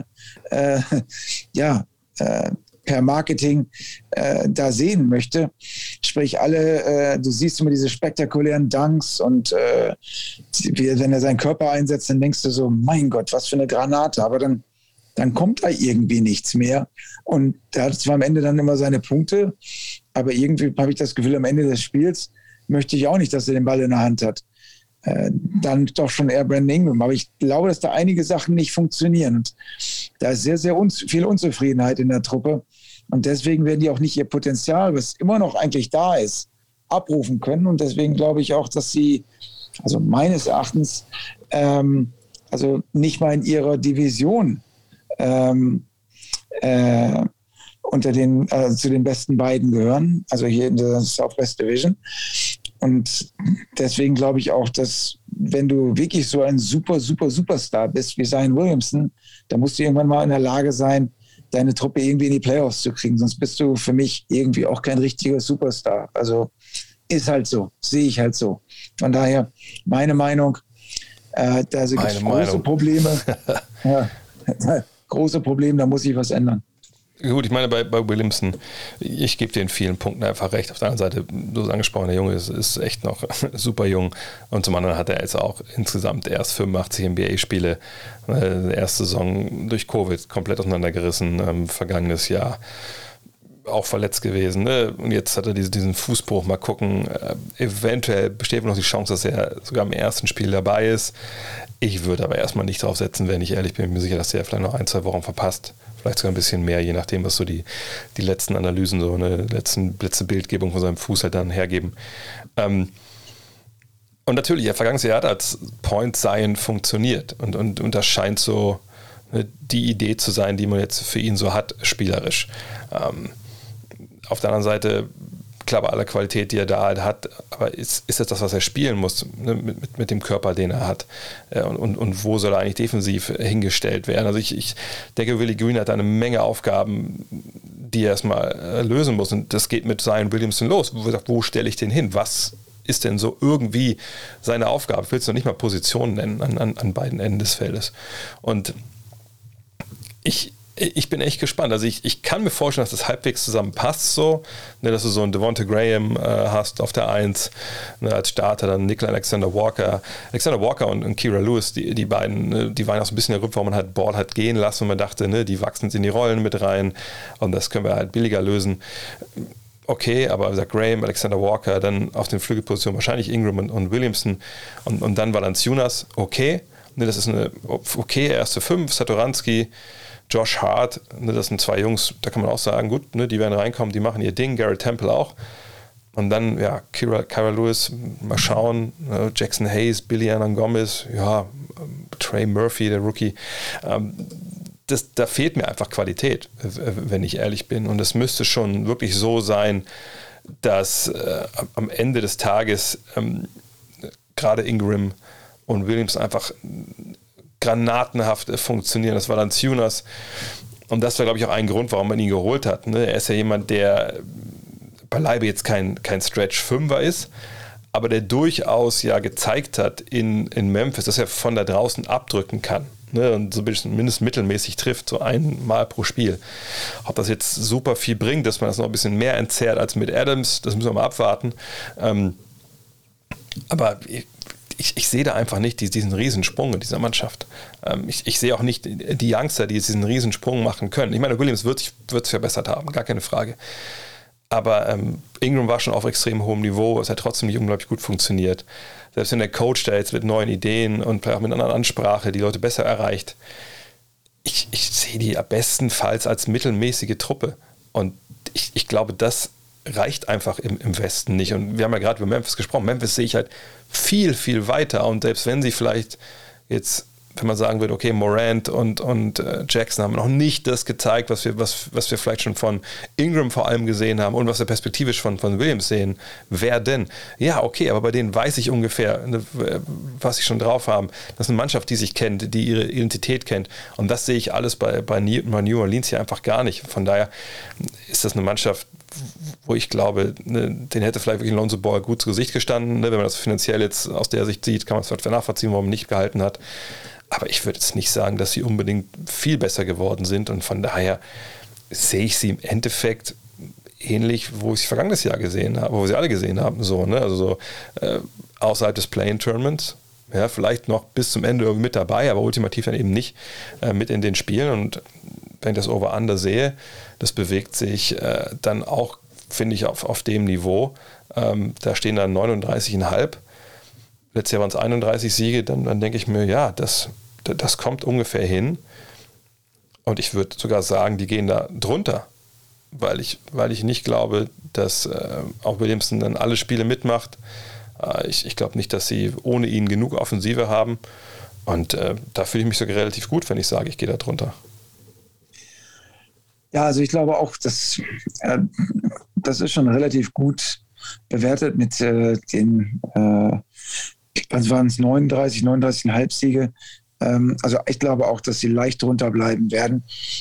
per Marketing da sehen möchte. Sprich, du siehst immer diese spektakulären Dunks und wenn er seinen Körper einsetzt, dann denkst du so, mein Gott, was für eine Granate. Aber dann kommt da irgendwie nichts mehr. Und der hat zwar am Ende dann immer seine Punkte, aber irgendwie habe ich das Gefühl, am Ende des Spiels möchte ich auch nicht, dass er den Ball in der Hand hat. Dann doch schon eher Brandon Ingram. Aber ich glaube, dass da einige Sachen nicht funktionieren. Und da ist sehr, sehr viel Unzufriedenheit in der Truppe. Und deswegen werden die auch nicht ihr Potenzial, was immer noch eigentlich da ist, abrufen können. Und deswegen glaube ich auch, dass sie, also meines Erachtens, nicht mal in ihrer Division zu den besten beiden gehören, also hier in der Southwest Division. Und deswegen glaube ich auch, dass wenn du wirklich so ein Superstar bist wie Zion Williamson, dann musst du irgendwann mal in der Lage sein, deine Truppe irgendwie in die Playoffs zu kriegen. Sonst bist du für mich irgendwie auch kein richtiger Superstar. Also ist halt so, sehe ich halt so. Von daher, meine Meinung, da gibt es große Probleme. Große Probleme, da muss sich was ändern. Gut, ich meine, bei Williamson, ich gebe dir in vielen Punkten einfach recht. Auf der anderen Seite, du hast angesprochen, der Junge ist echt noch super jung. Und zum anderen hat er jetzt auch insgesamt erst 85 NBA-Spiele. Erste Saison durch Covid komplett auseinandergerissen. Vergangenes Jahr auch verletzt gewesen. Ne? Und jetzt hat er diesen Fußbruch. Mal gucken, eventuell besteht noch die Chance, dass er sogar im ersten Spiel dabei ist. Ich würde aber erstmal nicht drauf setzen, wenn ich ehrlich bin. Ich bin mir sicher, dass er vielleicht noch 1-2 Wochen verpasst. Vielleicht sogar ein bisschen mehr, je nachdem, was so die letzten Analysen, so eine letzte Bildgebung von seinem Fuß halt dann hergeben. Und natürlich, vergangenes Jahr hat als Point Zion funktioniert. Und das scheint so die Idee zu sein, die man jetzt für ihn so hat, spielerisch. Auf der anderen Seite, klar, bei aller Qualität, die er da halt hat, aber ist das, was er spielen muss, ne, mit dem Körper, den er hat? Und wo soll er eigentlich defensiv hingestellt werden? Also ich denke, Willie Green hat eine Menge Aufgaben, die er erstmal lösen muss. Und das geht mit Zion Williamson los. Wo stelle ich den hin? Was ist denn so irgendwie seine Aufgabe? Ich will es noch nicht mal Position nennen an beiden Enden des Feldes. Und ich bin echt gespannt. Also ich kann mir vorstellen, dass das halbwegs zusammenpasst so, ne, dass du so einen Devonta Graham hast auf der 1, ne, als Starter, dann Nickel Alexander Walker und Kira Lewis, die beiden, ne, die waren auch so ein bisschen der Grund, warum man halt Ball hat gehen lassen und man dachte, ne, die wachsen in die Rollen mit rein und das können wir halt billiger lösen. Okay, aber wie gesagt, Graham, Alexander Walker, dann auf den Flügelpositionen wahrscheinlich Ingram und Williamson und dann Valanciunas, okay, ne, das ist eine okay erste 5, Satoransky, Josh Hart, ne, das sind 2 Jungs, da kann man auch sagen, gut, ne, die werden reinkommen, die machen ihr Ding, Garrett Temple auch. Und dann, ja, Kira Lewis, mal schauen, Jackson Hayes, Billy Annan Gomez, ja, Trey Murphy, der Rookie. Da fehlt mir einfach Qualität, wenn ich ehrlich bin. Und es müsste schon wirklich so sein, dass am Ende des Tages gerade Ingram und Williams einfach granatenhaft funktionieren. Das war dann Valanciunas. Und das war, glaube ich, auch ein Grund, warum man ihn geholt hat. Ne? Er ist ja jemand, der beileibe jetzt kein Stretch-Fünfer ist, aber der durchaus ja gezeigt hat in Memphis, dass er von da draußen abdrücken kann. Ne? Und so zumindest mittelmäßig trifft, so einmal pro Spiel. Ob das jetzt super viel bringt, dass man das noch ein bisschen mehr entzerrt als mit Adams, das müssen wir mal abwarten. Aber ich sehe da einfach nicht diesen Riesensprung in dieser Mannschaft. Ich sehe auch nicht die Youngster, die jetzt diesen Riesensprung machen können. Ich meine, Williams wird sich verbessert haben, gar keine Frage. Aber Ingram war schon auf extrem hohem Niveau, es hat trotzdem nicht unglaublich gut funktioniert. Selbst wenn der Coach da jetzt mit neuen Ideen und vielleicht auch mit einer anderen Ansprache die Leute besser erreicht, ich sehe die bestenfalls als mittelmäßige Truppe. Und ich glaube, das reicht einfach im Westen nicht. Und wir haben ja gerade über Memphis gesprochen. Memphis sehe ich halt viel, viel weiter. Und selbst wenn sie vielleicht jetzt, wenn man sagen würde, okay, Morant und Jackson haben noch nicht das gezeigt, was wir vielleicht schon von Ingram vor allem gesehen haben und was wir perspektivisch von Williams sehen, wer denn? Ja, okay, aber bei denen weiß ich ungefähr, was sie schon drauf haben. Das ist eine Mannschaft, die sich kennt, die ihre Identität kennt. Und das sehe ich alles bei New Orleans hier einfach gar nicht. Von daher ist das eine Mannschaft, wo ich glaube, ne, den hätte vielleicht wirklich Lonzo Ball gut zu Gesicht gestanden. Ne, wenn man das finanziell jetzt aus der Sicht sieht, kann man es vielleicht nachvollziehen, warum man nicht gehalten hat. Aber ich würde jetzt nicht sagen, dass sie unbedingt viel besser geworden sind. Und von daher sehe ich sie im Endeffekt ähnlich, wo ich sie vergangenes Jahr gesehen habe, wo wir sie alle gesehen haben. So, ne? Also so außerhalb des Play-in-Tournaments. Ja, vielleicht noch bis zum Ende irgendwie mit dabei, aber ultimativ dann eben nicht mit in den Spielen. Und wenn ich das Over-Under sehe, das bewegt sich dann auch, finde ich, auf dem Niveau. Da stehen dann 39,5. Letztes Jahr waren es 31 Siege. Dann denke ich mir, ja, das kommt ungefähr hin. Und ich würde sogar sagen, die gehen da drunter. Weil ich nicht glaube, dass auch Williamson dann alle Spiele mitmacht. Ich glaube nicht, dass sie ohne ihn genug Offensive haben. Und da fühle ich mich sogar relativ gut, wenn ich sage, ich gehe da drunter. Ja, also ich glaube auch, das ist schon relativ gut bewertet mit den, was waren es, 39,5 Siege. Also ich glaube auch, dass sie leicht drunter bleiben werden.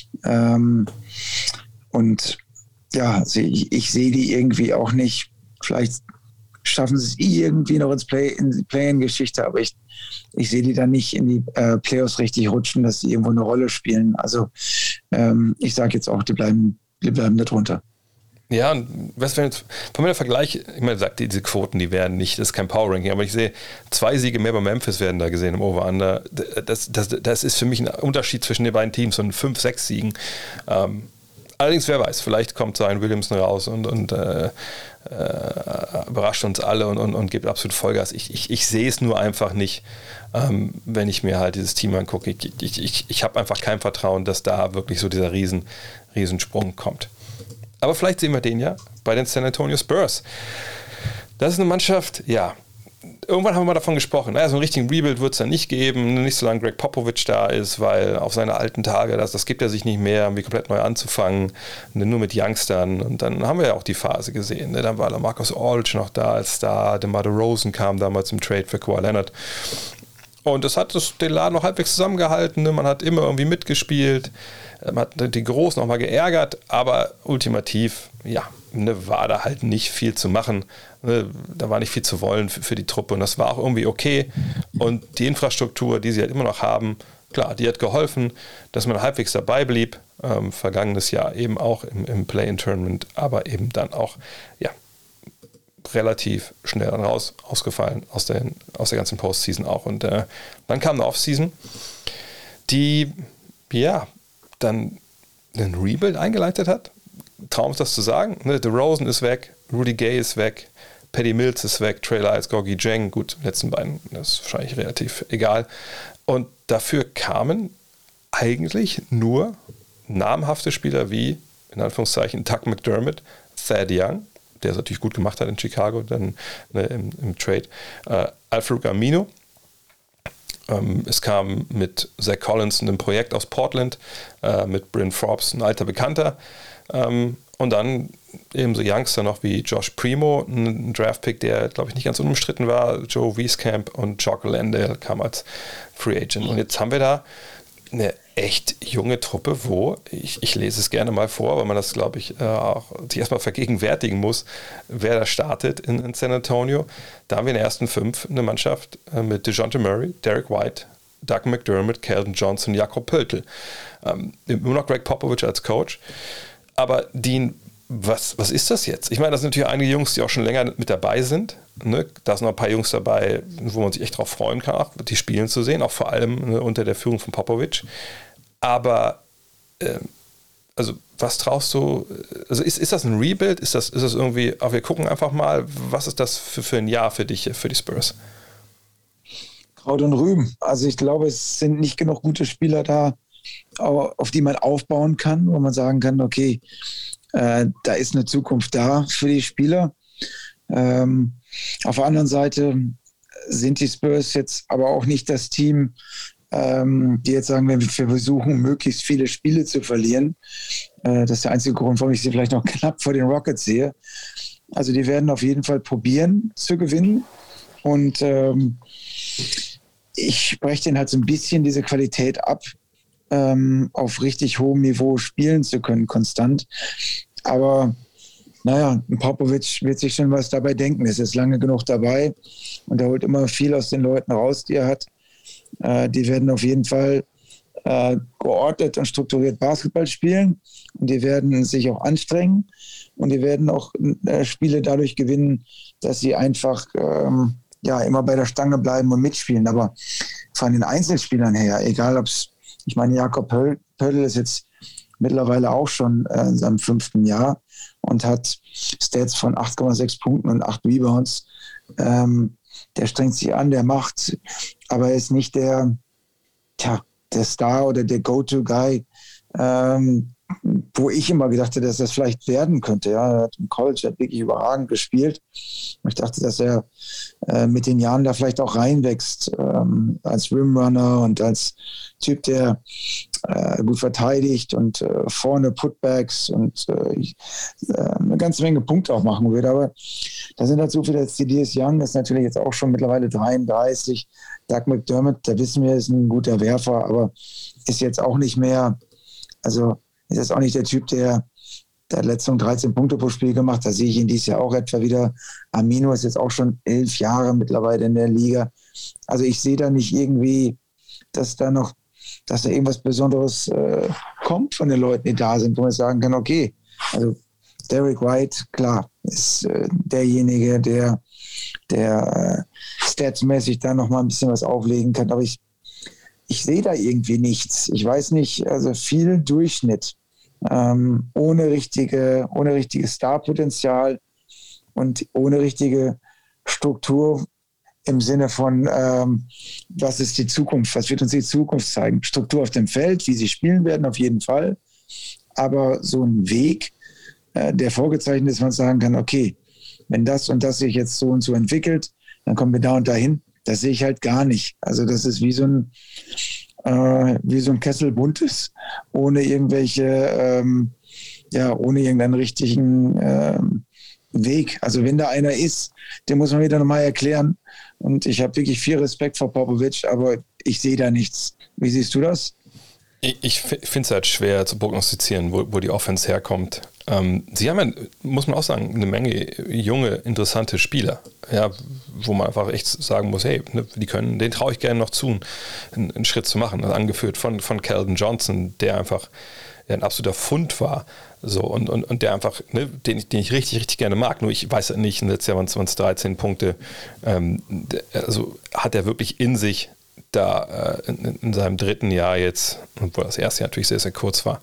Und ja, also ich sehe die irgendwie auch nicht. Vielleicht schaffen sie es irgendwie noch in die Play-in-Geschichte, aber ich sehe die dann nicht in die Playoffs richtig rutschen, dass sie irgendwo eine Rolle spielen. Also ich sage jetzt auch, die bleiben da drunter. Ja, und was wenn jetzt von mir der Vergleich, ich meine, sagt diese Quoten, die werden nicht, das ist kein Power-Ranking, aber ich sehe 2 Siege mehr bei Memphis werden da gesehen im Over-Under. Das ist für mich ein Unterschied zwischen den beiden Teams von 5-6 Siegen. Allerdings, wer weiß, vielleicht kommt Zion Williamson raus und überrascht uns alle und gibt absolut Vollgas. Ich sehe es nur einfach nicht, wenn ich mir halt dieses Team angucke. Ich habe einfach kein Vertrauen, dass da wirklich so dieser Riesensprung kommt. Aber vielleicht sehen wir den ja bei den San Antonio Spurs. Das ist eine Mannschaft, ja, irgendwann haben wir mal davon gesprochen, naja, so einen richtigen Rebuild wird es dann nicht geben, nicht solange Greg Popovich da ist, weil auf seine alten Tage, das gibt er sich nicht mehr, irgendwie komplett neu anzufangen, nur mit Youngstern. Und dann haben wir ja auch die Phase gesehen. Ne? Dann war da Marcus Aldridge noch da als Star, DeMar DeRozan kam damals im Trade für Kawhi Leonard. Und das hat den Laden noch halbwegs zusammengehalten. Ne? Man hat immer irgendwie mitgespielt. Man hat die Großen auch mal geärgert. Aber ultimativ, war da halt nicht viel zu machen. Ne? Da war nicht viel zu wollen für die Truppe. Und das war auch irgendwie okay. Und die Infrastruktur, die sie halt immer noch haben, klar, die hat geholfen, dass man halbwegs dabei blieb. Vergangenes Jahr eben auch im Play-in-Tournament. Aber eben dann auch, relativ schnell dann ausgefallen aus der ganzen Postseason auch. Und dann kam eine Offseason, die dann einen Rebuild eingeleitet hat. Traum ist das zu sagen. Ne? DeRozan ist weg, Rudy Gay ist weg, Patty Mills ist weg, Trey Lyles, Gorgui Dieng, gut, die letzten beiden, das ist wahrscheinlich relativ egal. Und dafür kamen eigentlich nur namhafte Spieler wie, in Anführungszeichen, Doug McDermott, Thad Young, der es natürlich gut gemacht hat in Chicago, dann im Trade, Al-Farouq Aminu. Es kam mit Zach Collins einem Projekt aus Portland, mit Bryn Forbes, ein alter Bekannter. Und dann eben so Youngster noch wie Josh Primo, ein Draftpick, der, glaube ich, nicht ganz unumstritten war. Joe Wieskamp und Jock Landale kam als Free Agent. Und jetzt haben wir da eine echt junge Truppe, wo, ich lese es gerne mal vor, weil man das, glaube ich, auch sich erstmal vergegenwärtigen muss, wer da startet in San Antonio. Da haben wir in den ersten 5 eine Mannschaft mit DeJounte Murray, Derek White, Doug McDermott, Keldon Johnson, Jakob Poeltl. Immer noch Greg Popovich als Coach. Aber Dean, was ist das jetzt? Ich meine, das sind natürlich einige Jungs, die auch schon länger mit dabei sind. Ne? Da sind noch ein paar Jungs dabei, wo man sich echt drauf freuen kann, auch die spielen zu sehen, auch vor allem unter der Führung von Popovich. Aber was traust du? Also ist das ein Rebuild? Ist das irgendwie, wir gucken einfach mal, was ist das für ein Jahr für dich, für die Spurs? Kraut und Rüben. Also ich glaube, es sind nicht genug gute Spieler da, auf die man aufbauen kann, wo man sagen kann, okay, da ist eine Zukunft da für die Spieler. Auf der anderen Seite sind die Spurs jetzt aber auch nicht das Team, die jetzt sagen, wir versuchen, möglichst viele Spiele zu verlieren. Das ist der einzige Grund, warum ich sie vielleicht noch knapp vor den Rockets sehe. Also die werden auf jeden Fall probieren zu gewinnen. Und ich spreche denen halt so ein bisschen diese Qualität ab, auf richtig hohem Niveau spielen zu können, konstant. Aber naja, Popovich wird sich schon was dabei denken. Er ist jetzt lange genug dabei und er holt immer viel aus den Leuten raus, die er hat. Die werden auf jeden Fall geordnet und strukturiert Basketball spielen und die werden sich auch anstrengen und die werden auch Spiele dadurch gewinnen, dass sie einfach immer bei der Stange bleiben und mitspielen. Aber von den Einzelspielern her, egal ob es, ich meine, Jakob Poeltl ist jetzt mittlerweile auch schon in seinem 5. Jahr und hat Stats von 8,6 Punkten und 8 Rebounds. Der strengt sich an, der macht, aber er ist nicht der Star oder der Go-To-Guy, wo ich immer gedacht hätte, dass das vielleicht werden könnte. Ja, er hat im College wirklich überragend gespielt. Ich dachte, dass er mit den Jahren da vielleicht auch reinwächst als Rimrunner und als Typ, der gut verteidigt und vorne Putbacks und eine ganze Menge Punkte auch machen wird. Aber da sind halt so viele, Thaddeus Young ist natürlich jetzt auch schon mittlerweile 33. Doug McDermott, da wissen wir, ist ein guter Werfer, aber ist jetzt auch nicht mehr, also ist jetzt auch nicht der Typ, der hat letztens 13 Punkte pro Spiel gemacht. Da sehe ich ihn dieses Jahr auch etwa wieder. Aminu ist jetzt auch schon 11 Jahre mittlerweile in der Liga. Also ich sehe da nicht irgendwie, dass da irgendwas Besonderes kommt von den Leuten, die da sind, wo man sagen kann, okay, also Derek White, klar, ist derjenige, der statsmäßig da nochmal ein bisschen was auflegen kann. Aber ich sehe da irgendwie nichts. Ich weiß nicht, also viel Durchschnitt, ohne richtiges Starpotenzial und ohne richtige Struktur im Sinne von, was ist die Zukunft, was wird uns die Zukunft zeigen? Struktur auf dem Feld, wie sie spielen werden, auf jeden Fall. Aber so ein Weg, der vorgezeichnet ist, man sagen kann, okay, wenn das und das sich jetzt so und so entwickelt, dann kommen wir da und dahin. Das sehe ich halt gar nicht. Also das ist wie so ein Kessel Buntes, ohne ohne irgendeinen richtigen Weg. Also wenn da einer ist, den muss man wieder nochmal erklären, Und ich habe wirklich viel Respekt vor Popovich, aber ich sehe da nichts. Wie siehst du das? Ich finde es halt schwer zu prognostizieren, wo die Offense herkommt. Sie haben ja, muss man auch sagen, eine Menge junge, interessante Spieler, ja, wo man einfach echt sagen muss, hey, ne, denen traue ich gerne noch zu, einen Schritt zu machen. Also angeführt von Keldon Johnson, der einfach ein absoluter Fund war. So, und der einfach, ne, den ich richtig, richtig gerne mag. Nur ich weiß ja nicht, letztes Jahr waren es 13 Punkte. Also hat er wirklich in sich, da in seinem dritten Jahr jetzt, obwohl das erste Jahr natürlich sehr, sehr kurz war,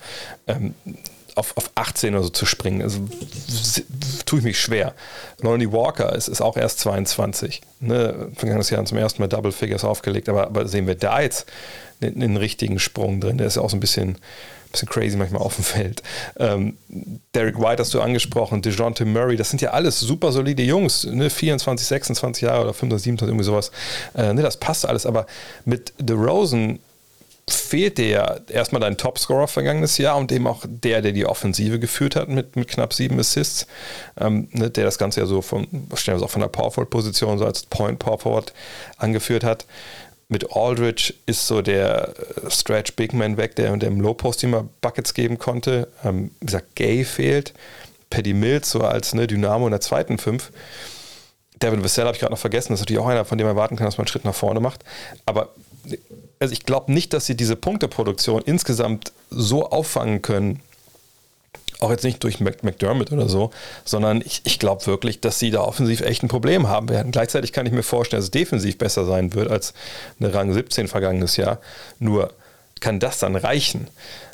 auf 18 oder so zu springen. Also tue ich mich schwer. Lonnie Walker ist auch erst 22. Ne? Vergangenes Jahr zum ersten Mal Double Figures aufgelegt, aber sehen wir da jetzt einen richtigen Sprung drin. Der ist ja auch so ein bisschen crazy manchmal auf dem Feld. Derek White hast du angesprochen, DeJounte Murray, das sind ja alles super solide Jungs, ne? 24, 26 Jahre oder 25, 27, irgendwie sowas. Ne, das passt alles, aber mit DeRozan fehlt dir ja erstmal dein Topscorer vergangenes Jahr und eben auch der die Offensive geführt hat mit knapp 7 Assists, ne, der das Ganze ja so auch von der Power-Forward-Position so als Point-Power-Forward angeführt hat. Mit Aldridge ist so der Stretch-Big-Man weg, der im Low-Post immer Buckets geben konnte. Wie gesagt, Gay fehlt. Paddy Mills so als Dynamo in der zweiten 5. Devin Vassell habe ich gerade noch vergessen. Das ist natürlich auch einer, von dem man erwarten kann, dass man einen Schritt nach vorne macht. Aber also ich glaube nicht, dass sie diese Punkteproduktion insgesamt so auffangen können, auch jetzt nicht durch McDermott oder so, sondern ich glaube wirklich, dass sie da offensiv echt ein Problem haben werden. Gleichzeitig kann ich mir vorstellen, dass es defensiv besser sein wird als eine Rang 17 vergangenes Jahr. Nur kann das dann reichen?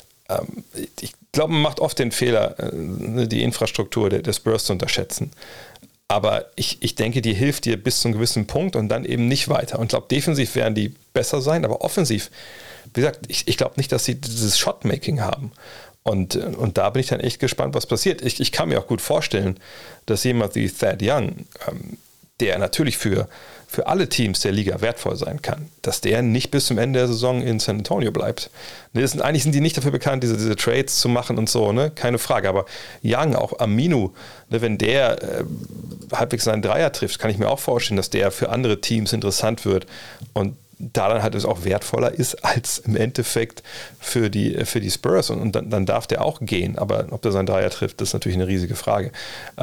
Ich glaube, man macht oft den Fehler, die Infrastruktur der Spurs zu unterschätzen. Aber ich denke, die hilft dir bis zu einem gewissen Punkt und dann eben nicht weiter. Und ich glaube, defensiv werden die besser sein, aber offensiv, wie gesagt, ich glaube nicht, dass sie dieses Shotmaking haben. Und da bin ich dann echt gespannt, was passiert. Ich kann mir auch gut vorstellen, dass jemand wie Thad Young, der natürlich für alle Teams der Liga wertvoll sein kann, dass der nicht bis zum Ende der Saison in San Antonio bleibt. Eigentlich sind die nicht dafür bekannt, diese Trades zu machen und so, ne? Keine Frage. Aber Young, auch Aminu, ne, wenn der halbwegs seinen Dreier trifft, kann ich mir auch vorstellen, dass der für andere Teams interessant wird und da dann halt es auch wertvoller ist als im Endeffekt für die Spurs und dann darf der auch gehen, aber ob der seinen Dreier trifft, das ist natürlich eine riesige Frage.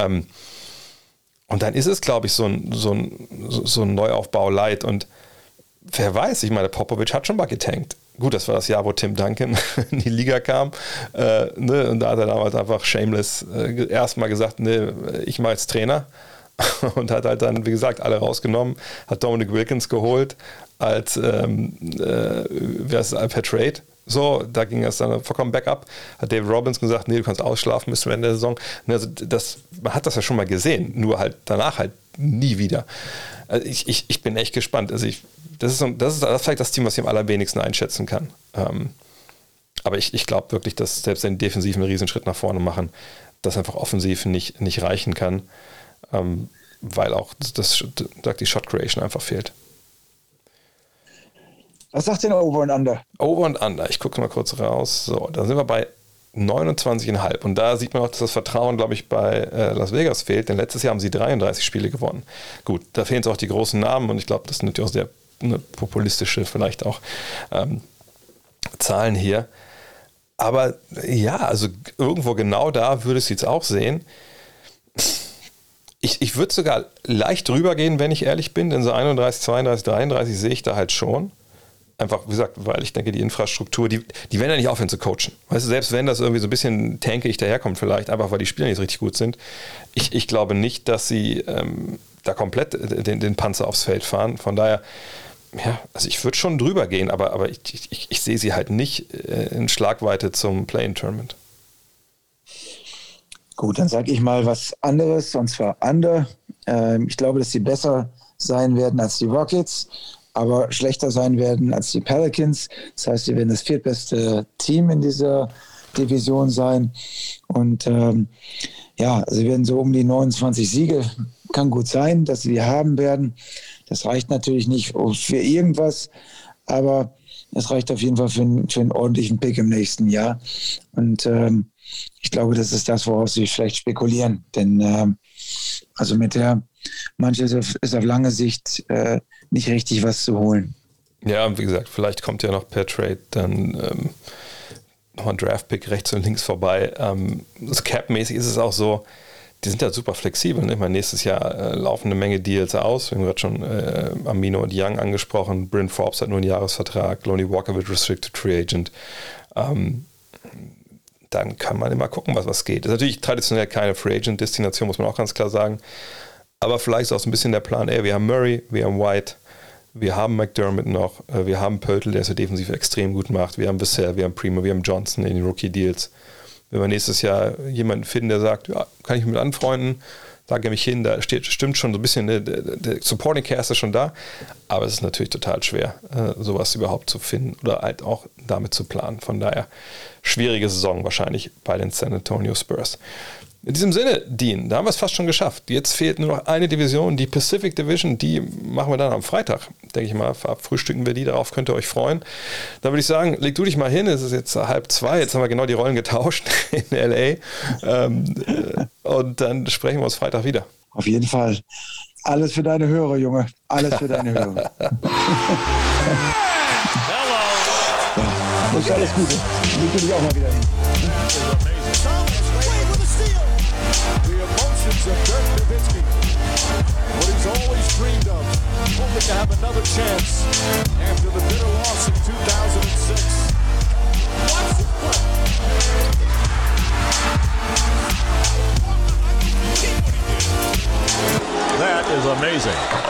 Und dann ist es, glaube ich, so ein Neuaufbau light und wer weiß, ich meine, Popovich hat schon mal getankt. Gut, das war das Jahr, wo Tim Duncan in die Liga kam, ne, und da hat er damals einfach shameless erstmal gesagt, ne, ich mache jetzt Trainer. Und hat halt dann, wie gesagt, alle rausgenommen, hat Dominic Wilkins geholt als per Trade. So, da ging es dann vollkommen back-up. Hat David Robbins gesagt, nee, du kannst ausschlafen bis zum Ende der Saison. Also man hat das ja schon mal gesehen, nur halt danach halt nie wieder. Also ich bin echt gespannt. Also das ist vielleicht das Team, was ich am allerwenigsten einschätzen kann. Aber ich glaube wirklich, dass selbst wenn die defensiv einen Riesenschritt nach vorne machen, das einfach offensiv nicht reichen kann. Weil auch die Shot Creation einfach fehlt. Was sagt denn Over und Under? Over und Under, ich gucke mal kurz raus. So, da sind wir bei 29,5 und da sieht man auch, dass das Vertrauen, glaube ich, bei Las Vegas fehlt, denn letztes Jahr haben sie 33 Spiele gewonnen. Gut, da fehlen jetzt auch die großen Namen und ich glaube, das sind natürlich auch sehr populistische vielleicht auch Zahlen hier. Aber ja, also irgendwo genau da würde ich es jetzt auch sehen. Ich würde sogar leicht drüber gehen, wenn ich ehrlich bin, denn so 31, 32, 33 sehe ich da halt schon. Einfach, wie gesagt, weil ich denke, die Infrastruktur, die werden ja nicht aufhören zu coachen. Weißt du, selbst wenn das irgendwie so ein bisschen tankig daherkommt vielleicht, einfach weil die Spieler nicht richtig gut sind. Ich glaube nicht, dass sie da komplett den Panzer aufs Feld fahren. Von daher, ja, also ich würde schon drüber gehen, aber ich sehe sie halt nicht in Schlagweite zum Play-in-Tournament. Gut, dann sage ich mal was anderes, und zwar Under. Ich glaube, dass sie besser sein werden als die Rockets, aber schlechter sein werden als die Pelicans. Das heißt, sie werden das viertbeste Team in dieser Division sein. Und sie werden so um die 29 Siege. Kann gut sein, dass sie die haben werden. Das reicht natürlich nicht für irgendwas, aber es reicht auf jeden Fall für einen ordentlichen Pick im nächsten Jahr. Und ich glaube, das ist das, woraus sie vielleicht spekulieren. Denn Also mit der Mannschaft ist auf lange Sicht nicht richtig was zu holen. Ja, wie gesagt, vielleicht kommt ja noch per Trade dann noch ein Draft-Pick rechts und links vorbei. Also Cap-mäßig ist es auch so, die sind ja super flexibel. Ne? Ich meine, nächstes Jahr laufen eine Menge Deals aus. Wir haben gerade schon Amino und Young angesprochen. Bryn Forbes hat nur einen Jahresvertrag. Lonnie Walker wird Restricted Free Agent. Dann kann man immer gucken, was geht. Das ist natürlich traditionell keine Free Agent-Destination, muss man auch ganz klar sagen. Aber vielleicht ist auch so ein bisschen der Plan, wir haben Murray, wir haben White, wir haben McDermott noch, wir haben Pöltl, der es ja defensiv extrem gut macht, wir haben Vassell, wir haben Primo, wir haben Johnson in den Rookie-Deals. Wenn wir nächstes Jahr jemanden finden, der sagt, ja, kann ich mich mit anfreunden, sage mich hin, da stimmt schon so ein bisschen, der Supporting Cast ist schon da, aber es ist natürlich total schwer, sowas überhaupt zu finden oder halt auch damit zu planen. Von daher schwierige Saison wahrscheinlich bei den San Antonio Spurs. In diesem Sinne, Dean, da haben wir es fast schon geschafft. Jetzt fehlt nur noch eine Division, die Pacific Division, die machen wir dann am Freitag, denke ich mal. Frühstücken wir die, darauf könnt ihr euch freuen. Da würde ich sagen, leg du dich mal hin, es ist jetzt 1:30, jetzt haben wir genau die Rollen getauscht in L.A. Und dann sprechen wir uns Freitag wieder. Auf jeden Fall. Alles für deine Hörer, Junge. Alles für deine Hörer. Das ist alles Gute. Leg du dich auch mal wieder hin. Of Dirk Nowitzki, what he's always dreamed of, hoping to have another chance after the bitter loss in 2006. That is amazing.